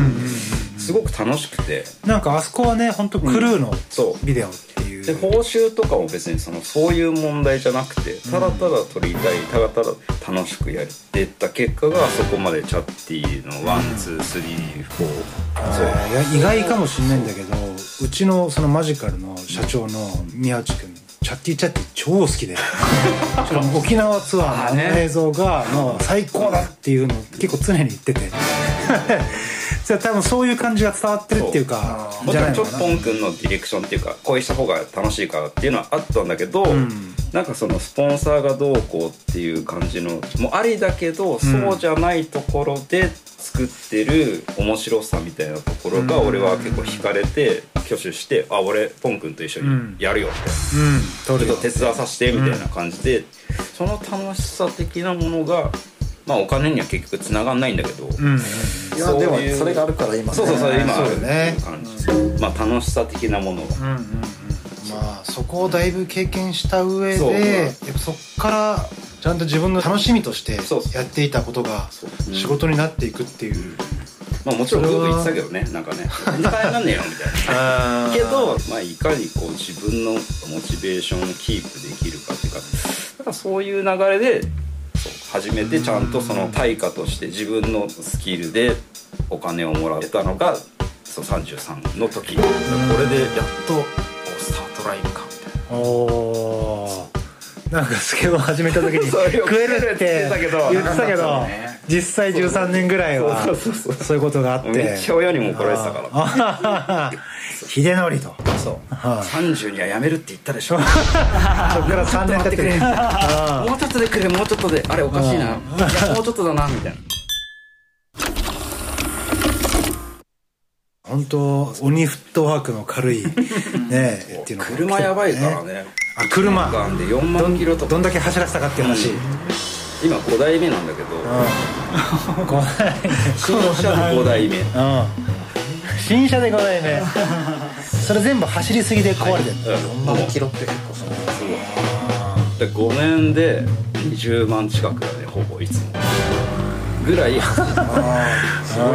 すごく楽しくて、 なんかあそこはね本当クルーのビデオっていう、 で報酬とかも別にそのそういう問題じゃなくて、ただただ撮りたい、ただただ楽しくやってった結果があそこまでチャッティのワンツースリーフォー、 そう意外かもしれないんだけど、うちのそのマジカルの社長の宮内君、チャッティチャッティ超好きで沖縄ツアーの映像がまあ最高だっていうのを結構常に言っててじゃあ多分そういう感じが伝わってるっていうか、 じゃないのかな。ちょっとポン君のディレクションっていうか、こうした方が楽しいからっていうのはあったんだけど、うん、なんかそのスポンサーがどうこうっていう感じのもありだけど、うん、そうじゃないところで作ってる面白さみたいなところが俺は結構惹かれて挙手して、あ、俺ポン君と一緒にやるよって、うん、ちょっと手伝わさせてみたいな感じで、うん、その楽しさ的なものがまあお金には結局つながんないんだけど、うん、 いやでもそれがあるから今ね、 そうそうそう今あるね感じ、うん、まあ楽しさ的なものが、うんうんうん、 まあそこをだいぶ経験した上で、やっぱそっからちゃんと自分の楽しみとしてやっていたことが仕事になっていくっていう、 まあもちろんグーグー言ってたけどね、なんかね全然金なんねえよみたいなけど、まあいかにこう自分のモチベーションをキープできるかっていうか、だからそういう流れで初めてちゃんとその対価として自分のスキルでお金をもらえたのがそうさんじゅうさんの時、これでやっとスタートラインかみたいな。 おー、なんかスケボー始めた時に食えるって言ってたけど実際じゅうさんねんぐらいはそういうことがあって、 めっちゃ親にも怒られてたから秀則と、 そう、はあ、さんじゅうにはやめるって言ったでしょそっからさんねん経ってくれもうちょっとでくれ、もうちょっとで、あれおかしいな、いやもうちょっとだなみたいな。 本当鬼フットワークの軽いねっていうの車やばいからね。 あ車でよんまんキロとかど, どんだけ走らせたかっていう話、うん、 今ごだいめなんだけど、 うん、ごだいめ新車でごだいめ、うん、 新車でごだいめそれ全部走りすぎで壊れてる、 よんまんキロって結構そうでごねんでにじゅうまん近くだね、ほぼいつもぐらい走ってた。すごい、うん、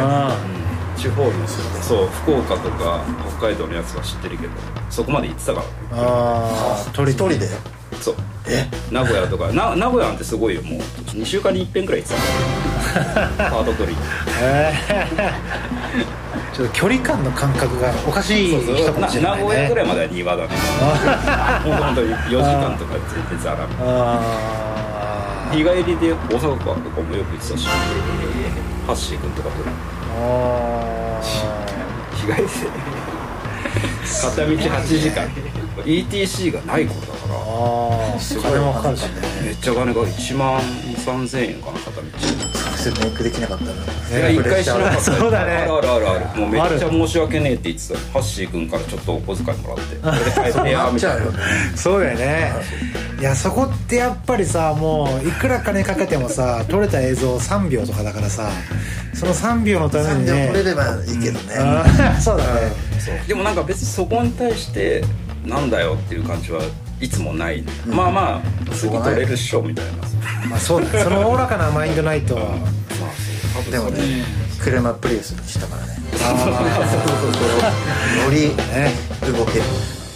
地方のそう福岡とか北海道のやつは知ってるけどそこまで行ってたからね。 ああ一人でそうえ名古屋とかな名古屋なんてすごいよ。もうにしゅうかんにいっぺんぐらい行ってたパート取りちょっと距離感の感覚がおかしい人かもしれないね。 名古屋ぐらいまでは庭だね本当によじかんとか全然ザラあ日帰りで大阪とかもよく行ってたし、ハッシー君とかとあ日帰りで片道はちじかん イーティーシー がない頃だから、 あすごい金もかかるしね。 めっちゃ金がいちまんさんぜんえんかな片道。 それメイクできなかったら、 ね、一回しなかった。 そうだね。 あるあるあるある。もうめっちゃ申し訳ねえって言ってた。ハッシー君からちょっとお小遣いもらってこれで帰ってやみたいな。 そうだよね。いやそこってやっぱりさ、もういくら金かけてもさ撮れた映像さんびょうとかだからさ、そのさんびょうのためにねさんびょう撮れればいいけどね、 うん、そうだね。 そうでもなんか別にそこに対してなんだよっていう感じはいつもない、うん、まあまあ次取れるっしょみたいな、 まあそうだ、そのおおらかなマインドないと、まあそうでもね、車プリウスにしたからね、あよりね動ける。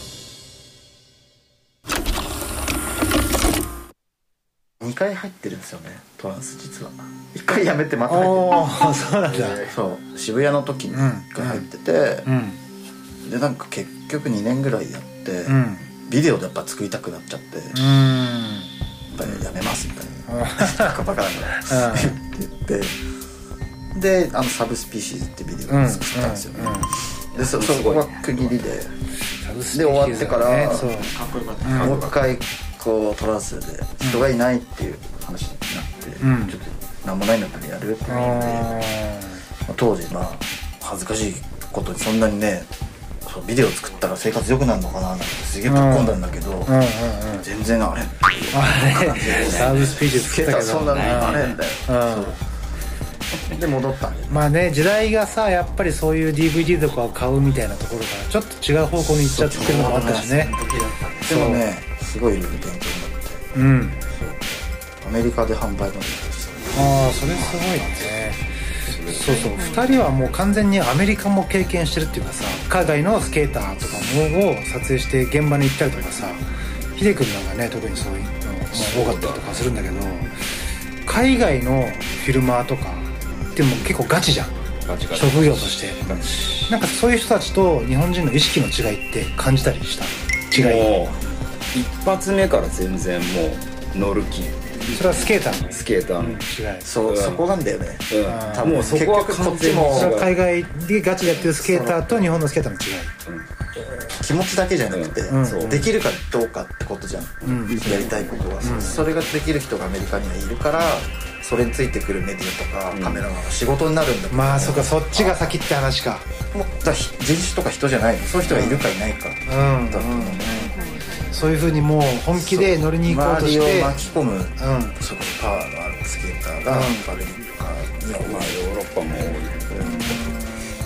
にかい入ってるんですよね、トランス実は。いっかいやめてまた入ってる。 そうなんだ。 そう渋谷の時にいっかい入ってて、うんうん、でなんか結局にねんぐらいやって、うん、ビデオでやっぱ作りたくなっちゃって、うん、やっぱりやめますみたいなバカバカだからって言ってであのサブスピーシーズってビデオを作ったんですよね、うんうんうん、で そ, そこが区切りでで終わってから、ね、そうかっこよかった、もう一回こうトランスで人がいないっていう話になって、うん、ちょっと何もないんだったらやるってなって、まあ、当時まあ恥ずかしいことにそんなにねそうビデオ作ったら生活良くなるのかななんてすげえぶっ込んだんだけど、うんうんうんうん、全然あれあれサービスピーチ作ったけどそんなのあれんだよ、うん、そうで戻ったんで、 まあね時代がさやっぱりそういう ディーブイディー とかを買うみたいなところからちょっと違う方向に行っちゃってるのもあったしね。 でもねすごい勉強になって、うん、アメリカで販売ができたし、 ああそれすごいね。そうそうふたりはもう完全にアメリカも経験してるっていうかさ、海外のスケーターとかもを撮影して現場に行ったりとかさ、ヒデ君なんかね特にそういうのが多かったりとかするんだけど、海外のフィルマーとかっても結構ガチじゃん、ガチガチ職業として。なんかそういう人たちと日本人の意識の違いって感じたりした？違いもう一発目から全然もう乗る気。 それはスケーターのスケーターの違い、 そう、うん、そこなんだよね、 うん、多分もうそこは完全にそれは海外でガチでやってるスケーターと日本のスケーターの違い、 うん、気持ちだけじゃなくて、うん、できるかどうかってことじゃん、うん、やりたいことは、うん、それができる人がアメリカにはいるからそれについてくるメディアとかカメラマンが仕事になるんだけど、 まあそっかそっちが先って話か。 もうだ人種とか人じゃないの、そういう人がいるかいないか、うんうんだと思う、 そういう風にもう本気で乗りに行こうとして周りを巻き込む、うん、そこパワーのあるスケーターがバレリとか日本はヨーロッパも多い、うん、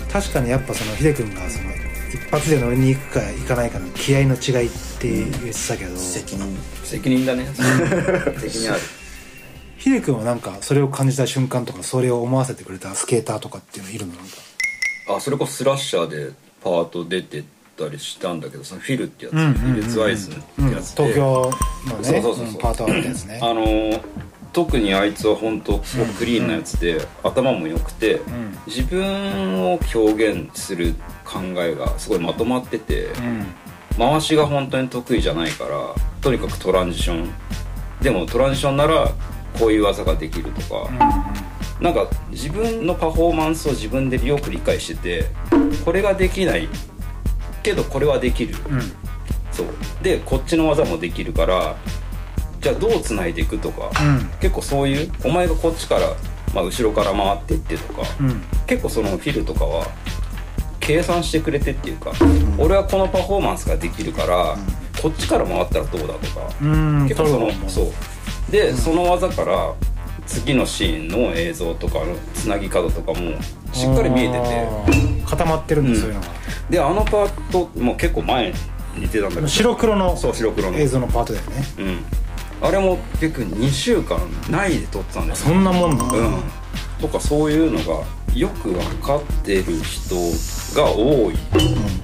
確かにやっぱそのヒデ君がその一発で乗りに行くか行かないかの気合の違いって言ってたけど、うん、 責任責任だね責任ある。 ヒデ君はなんかそれを感じた瞬間とかそれを思わせてくれたスケーターとかっていうのいるの？なんかあそれこそスラッシャーでパート出てたりしたんだけど、そのフィルってやつ、うんうんうんうん、フィルツワイズってやつで、 東京のねそうそうそうそう、 うん、パートあるやつね。 あの特にあいつは本当すごくクリーンなやつで、うんうん、頭も良くて、うん、自分を表現する考えがすごいまとまってて、うん、回しが本当に得意じゃないからとにかくトランジションでもトランジションならこういう技ができるとか、うん、なんか自分のパフォーマンスを自分でよく理解してて、これができないけどこれはできる、うん、そうでこっちの技もできるからじゃあどうつないでいくとか、うん、結構そういうお前がこっちから、まあ、後ろから回っていってとか、うん、結構そのフィルとかは計算してくれてっていうか、うん、俺はこのパフォーマンスができるから、うん、こっちから回ったらどうだとか、うん、結構そのそうで、うん、その技から次のシーンの映像とかのつなぎ方とかもしっかり見えてて固まってるんです、うん、そういうのが。であのパートも結構前に似てたんだけど、 白黒のそう白黒の映像のパートだよね。 うん、あれも結局にしゅうかんないで撮ってたんだよ。 そんなもんだ。 うんとかそういうのがよく分かってる人が多い、うん、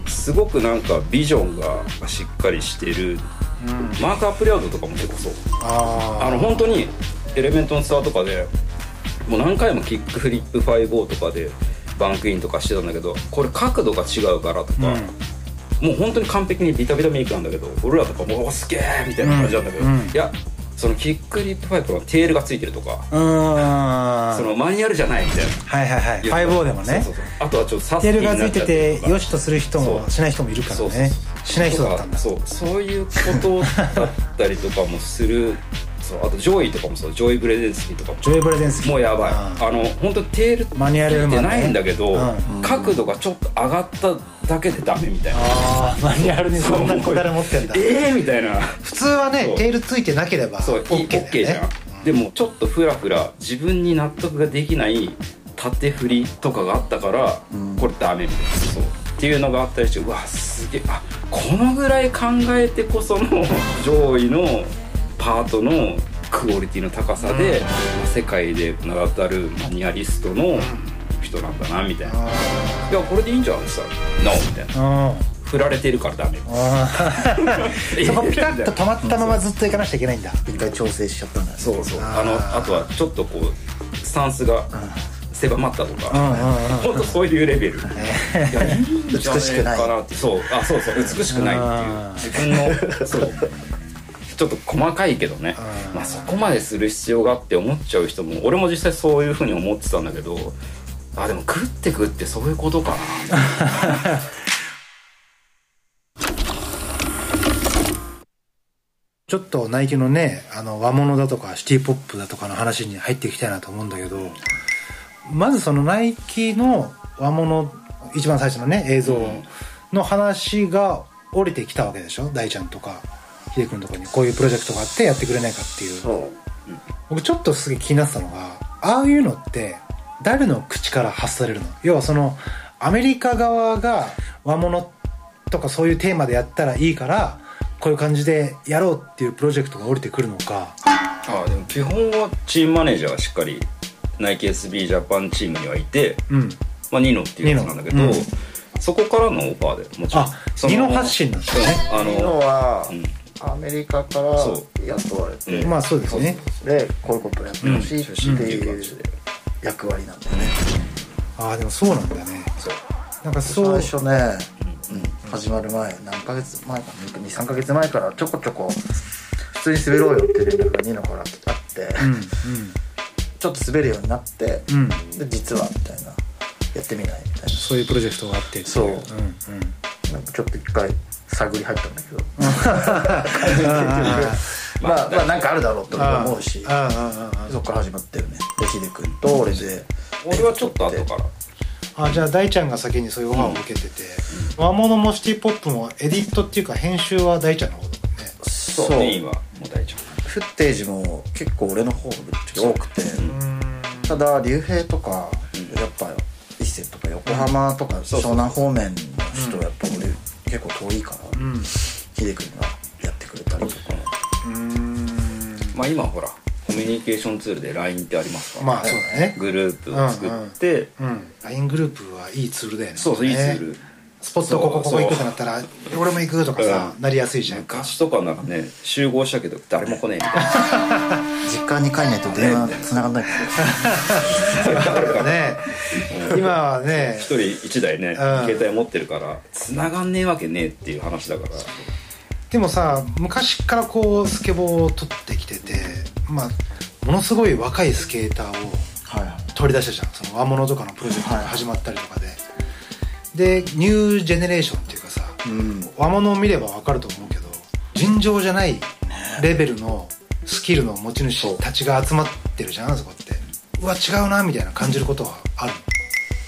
すごくなんかビジョンがしっかりしてる、うん、マークアップレイアウトとかも結構そう。ああの本当にエレメントのツアーとかでもう何回もキックフリップ ファイブオー とかでバンクインとかしてたんだけど、これ角度が違うからとか、うん、もう本当に完璧にビタビタメイクなんだけど、俺らとかもうすげえみたいな感じなんだけど、うんうん、いやそのキックリップファイブのテールがついてるとか、うんそのマニュアルじゃないみたいな。 はいはいはい。ファイブオーでもね。そうそうそう。 あとはちょっとサステールがついてて良しとする人もしない人もいるからね。そうそうそうしない人だったんだ。 そうそういうことだったりとかもする。そうあとジョイとかもそう、ジョイブレデンスキーとかもジョイブレデンスキーもうやばい。あの本当にテールマニュアルってないんだけど、うん、角度がちょっと上がっただけでダメみたいな。 あマニュアルにそんなこだわり持ってんだ。 ええー、みたいな。 普通はねテールついてなければそう OK だよね。OK じゃん。でもちょっとフラフラ自分に納得ができない縦振りとかがあったから、うん、これダメみたいな。そうっていうのがあったりして、うわすげえ、あこのぐらい考えてこその上位のパートのクオリティの高さで、うんまあ、世界で名だたるマニアリストの人なんだなみたいな。いやこれでいいんじゃんってさ、ノーみたいな。振られてるからダメ。 そこピタッと止まったままずっといかなきゃいけないんだ。 一回調整しちゃったんだ。 そうそう。あのあとはちょっとこうスタンスが狭まったとか、本当そういうレベル。いやいいんじゃないかなって。そうあそうそう美しくないっていう自分のそうちょっと細かいけどね。まあそこまでする必要があって思っちゃう人も、俺も実際そういう風に思ってたんだけど、あでも食って食ってそういうことかな。 ちょっとナイキのねあの和物だとかシティポップだとかの話に入っていきたいなと思うんだけど、まずそのナイキの和物一番最初のね映像の話が降りてきたわけでしょ。大ちゃんとかヒデ君のところにこういうプロジェクトがあってやってくれないかっていう。そう、うん、僕ちょっとすげえ気になってたのが、ああいうのって誰の口から発されるの。要はそのアメリカ側が和物とかそういうテーマでやったらいいからこういう感じでやろうっていうプロジェクトが降りてくるのか。 ああでも基本はチームマネージャーはしっかりナイキ エスビー ジャパンチームにはいて、うんまあ、ニノっていうやつなんだけど、うん、そこからのオファーでもちろん。あニノ発信なんですね。 あのニノは、うんアメリカから雇われて、 うん、まあそうですね。 でこういうことやってほしいっていう役割なんだよね。 ああでもそうなんだね。そうなんかそう最初ね、うん、始まる前何ヶ月前か にさんかげつまえからちょこちょこ普通に滑ろうよって連絡がニノからあって、うんうん、ちょっと滑るようになって、うん、で実はみたいなやってみないみたいなそういうプロジェクトがあってそう、うんうん、なんかちょっと一回探り入ったんだけどまあまあなんかあるだろうと思うし、そっから始まってるね。でヒデ君と俺で俺はちょっと後からあじゃあ大ちゃんが先にそういうオファーを受けてて、うん、和物もシティポップもエディットっていうか編集は大ちゃんの方だもんね。 そうメインはもう大ちゃん。 フッテージも結構俺の方が多くて、ただ竜兵とか、うん、やっぱ伊勢とか横浜とか湘南方面の人はやっぱ俺結構遠いから、うん、ヒデ君がやってくれたりとか。うーんまあ今ほらコミュニケーションツールで ライン ってありますから、 ね、まあそうだね。 グループを作って、 うんうんうん、ライン グループはいいツールだよね。 そうそういいツール。 スポットここここ行くってなったら俺も行くとかさ、うん、なりやすいじゃん。 昔とかなんかね集合したけど誰も来ねえみたいな実家に帰んないと電話繋がんないけどね今はね一人一台ね、うん、携帯持ってるから繋がんねえわけねえっていう話だから。 でもさ昔からこうスケボーを取ってきてて、まあものすごい若いスケーターを取り出したじゃん。その和物とかのプロジェクトが始まったりとかで、はいでニュージェネレーションっていうかさ、うん、和物を見れば分かると思うけど尋常じゃないレベルのスキルの持ち主たちが集まってるじゃん。そこってうわ違うなみたいな感じることはある。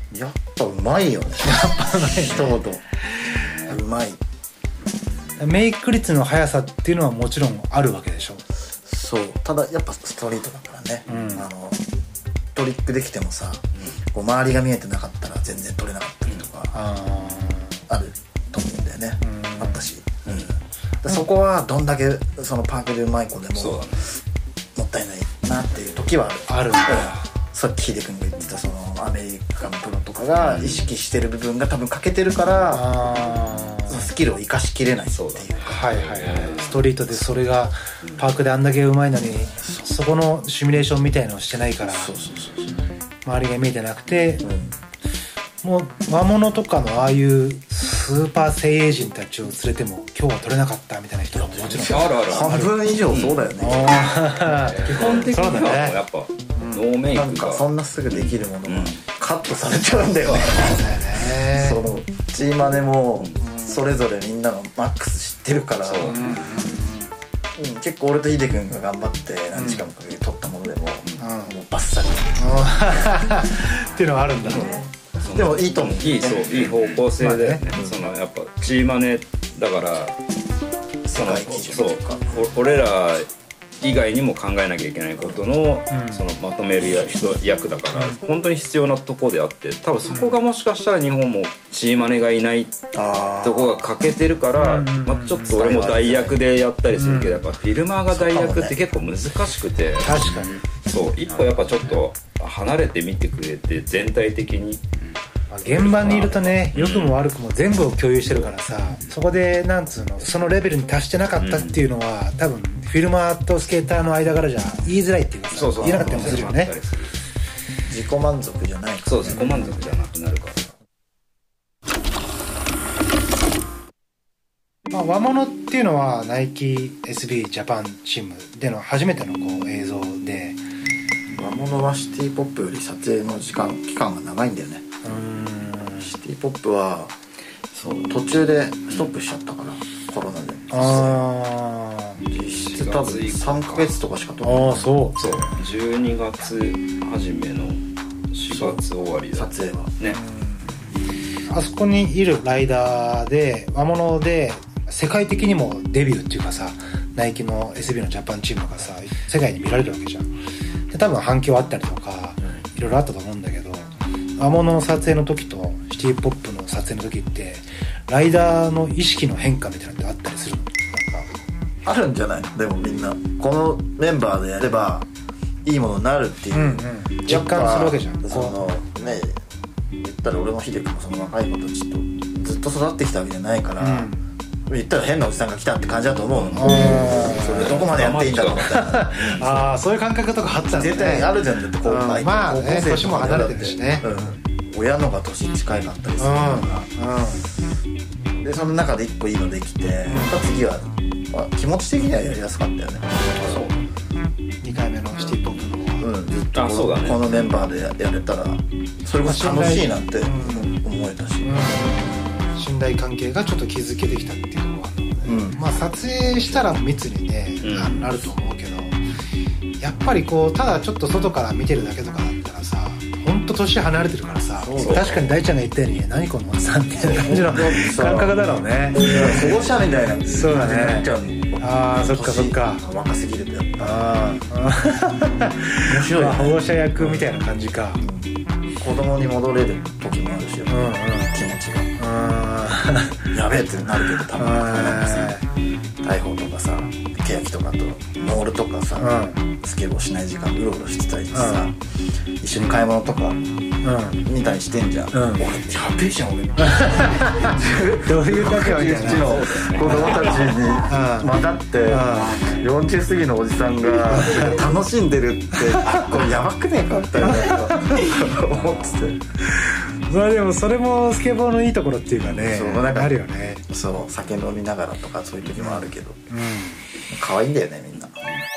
やっぱうまいよね。やっぱうまい一言うまい。 メイク率の速さっていうのはもちろんあるわけでしょ。 そうただやっぱストリートだからね、うん、あのトリックできてもさ、うん、こう周りが見えてなかったら全然取れなかったりとか、うん、あると思うんだよね、うん、あったし、うん、でそこはどんだけそのパークでうまい子でも、ね、もったいないなっていう時はある。あるんだ。さっきヒデ君が言ってたそのアメリカのプロとかが意識してる部分が多分欠けてるから、うん、そのスキルを生かしきれないっていうか、 はいはいはい、ストリートでそれがパークであんだけうまいのに、うん、そこのシミュレーションみたいのをしてないから、そうそうそうそう周りが見えてなくて、うん、もう和物とかのああいうスーパー精鋭人たちを連れても今日は取れなかったみたいな人ももちろんあるある半分以上そうだよね、 うん、基本的にはもうやっぱノーメイクがなんかそんなすぐできるものがカットされちゃうんだよね、うん、そのチーマネもそれぞれみんなのマックス知ってるから、うんうん、結構俺とヒデ君が頑張って何時間もかけて撮ったものでも、うん、もうバッサリっていうのはあるんだろうね。 でもいいと思う、 いいそういい方向性で、ね、そのやっぱチーマネだからそのそう俺ら以外にも考えなきゃいけないことの、うん、そのまとめる役だから、うん、本当に必要なとこであって、多分そこがもしかしたら日本もチーマネがいないとこが欠けてるから、まあ、ちょっと俺も代役でやったりするけど、やっぱフィルマーが代役って結構難しくて、 確かにそう一歩やっぱちょっと離れてみてくれて全体的に。 現場にいるとね、良くも悪くも全部を共有してるからさ、そこでなんつうのそのレベルに達してなかったっていうのは、うん、多分フィルマーとスケーターの間からじゃ言いづらいっていうかさ、そうそう言えなかったりもするよね。 自己満足じゃないから、ね、 そう自己満足じゃなくなるから、 まあ、和物っていうのはナイキ エスビー ジャパンチームでの初めてのこう映像で、 和物はシティポップより撮影の時間期間が長いんだよね。シティポップはそう途中でストップしちゃったから、うん、コロナで。あ実質多分さんかげつとかしか撮ってない。ああそうそうじゅうにがつ初めのしがつ終わりだ撮影はね。 あそこにいるライダーで和物で世界的にもデビューっていうかさ、ナイキの エスビー のジャパンチームがさ世界に見られるわけじゃん。で多分反響あったりとかいろいろあったと思うんだけど、和物の撮影の時とシティポップの撮影の時ってライダーの意識の変化みたいなのってあったりするの？なんかあるんじゃない？でもみんなこのメンバーでやればいいものになるっていう、うんうん、 実感するわけじゃん。 そのね言ったら俺もヒデ君もその若い子たちとずっと育ってきたわけじゃないから、うん、言ったら変なおじさんが来たって感じだと思うの。それどこまでやっていいんだろうみたいなああそういう感覚とかあったんだね。 絶対あるじゃん。だってこう、うん、 まあね年も離れてるしね、 うん、親のが年近いかったりするから、うんうん、でその中で一個いいのできて、また次は、まあ、気持ち的にはやりやすかったよね。 そうにかいめのシティポップの方は、うん、ずっと こ, そうだ、ね、このメンバーでやれたらそれこそ楽しいなって、うん、思えたし、 うん、信頼関係がちょっと築けてきたっていうのは、うん、まあ撮影したら密にね、うん、なると思うけど、やっぱりこうただちょっと外から見てるだけとかだったらさ、ほんと年離れてるからさ、確かに大ちゃんが言ったように何このおじさんみたいな感じの感覚だろうね。 保護者みたいな。 そうだね。ああそっかそっか。 若すぎるとやっぱあ面白い、ね、保護者役みたいな感じか、うん、 子供に戻れる時もあるし、うんうん、気持ちがやべえってなるけど、たまに大砲とかさ欅とかとモールとかさ、うん、スケボーしない時間うろうろしてたりしてさ、うん、一緒に買い物とか、うん、見たりしてんじゃん、うん、俺やべえじゃん俺どういうだけはみたいなの子供たちに混ざってよんじゅう過ぎのおじさんが楽しんでるってこれやばくねえかって思っててまあでもそれもスケボーのいいところっていうかね、そうなんかあるよね。 そう酒飲みながらとかそういう時もあるけど、うん、可愛いんだよねみんな。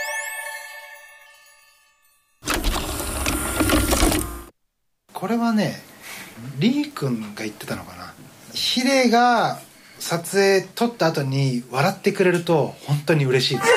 これはねリー君が言ってたのかな、ヒデが撮影撮った後に笑ってくれると本当に嬉しいです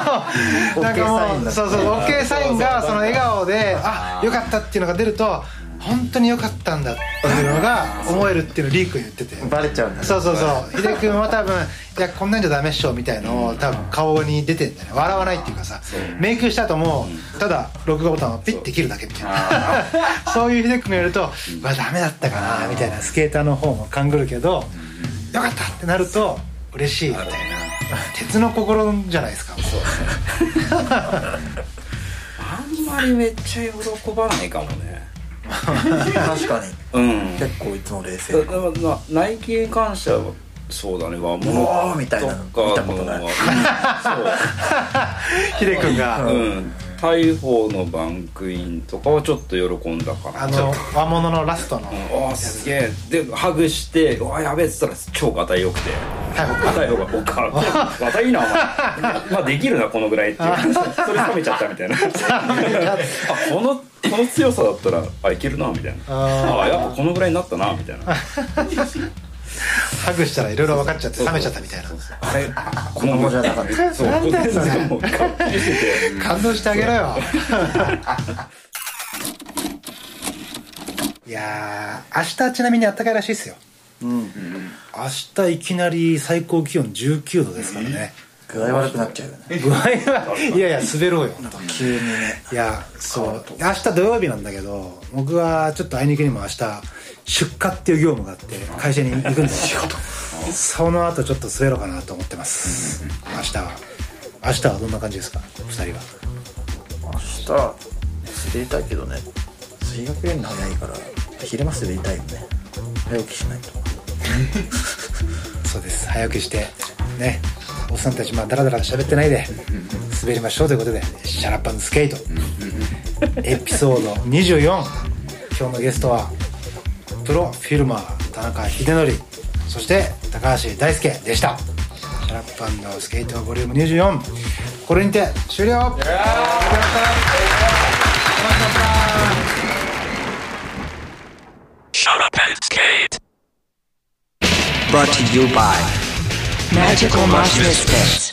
なんかもうそうそう OK サインがその笑顔であよかったっていうのが出ると本当に良かったんだっていうのが思えるっていうのをリー君言っててバレちゃうんだね。 そうそうそう秀君は多分いやこんなんじゃダメっしょみたいのを多分顔に出てんだよね。笑わないっていうかさ、メイクした後もただ録画ボタンをピッて切るだけみたいなそういう秀君がやるとうわダメだったかなみたいな、スケーターの方も勘ぐるけどよかったってなると嬉しいみたいな、鉄の心じゃないですか。そうあんまりめっちゃ喜ばないかもね確かに、 うん、 結構いつも冷静でもなナイキに関してはそうだね、和物とかみたいなの見たことない秀君が、 うん、大砲のバンクインとかはちょっと喜んだかな。 あの和物のラストの、 うん、ああすげえでハグしてうわやべえっつったら超ガタイ良くて大砲がおかガタイいいなお前まあできるなこのぐらいっていうそれ冷めちゃったみたいなあこのこの強さだったらあいけるなみたいな、ああやっぱこのぐらいになったなみたいなハグしたらいろいろ分かっちゃって冷めちゃったみたいな。 あれ子供じゃなかった。 そうなんだよそれもう感動してて感動してあげろよいやー明日ちなみに暖かいらしいですよ、うんうん、明日いきなり最高気温じゅうきゅうどですからね、 具合悪くなっちゃうよね。 具合はいやいや滑ろうよ急にね。 いやそう明日土曜日なんだけど僕はちょっとあいにくにも明日出荷っていう業務があって会社に行くんですよその後ちょっと滑ろうかなと思ってます、うん、明日は明日はどんな感じですかふたりは。 明日滑りたいけどね、水学より早いから昼間滑りたいよね。早起きしないとそうです、早起きしてね、おっさんたちまあダラダラ喋ってないで滑りましょうということでシャラッパンスケートエピソードにじゅうよん、今日のゲストはプロフィルマー田中秀則、そして高橋大輔でした。シャラッパンのスケートボリュームにじゅうよん、これにて終了。楽しかった。 Shut up and skate. Brought to you by Magical Mosh Biscuits.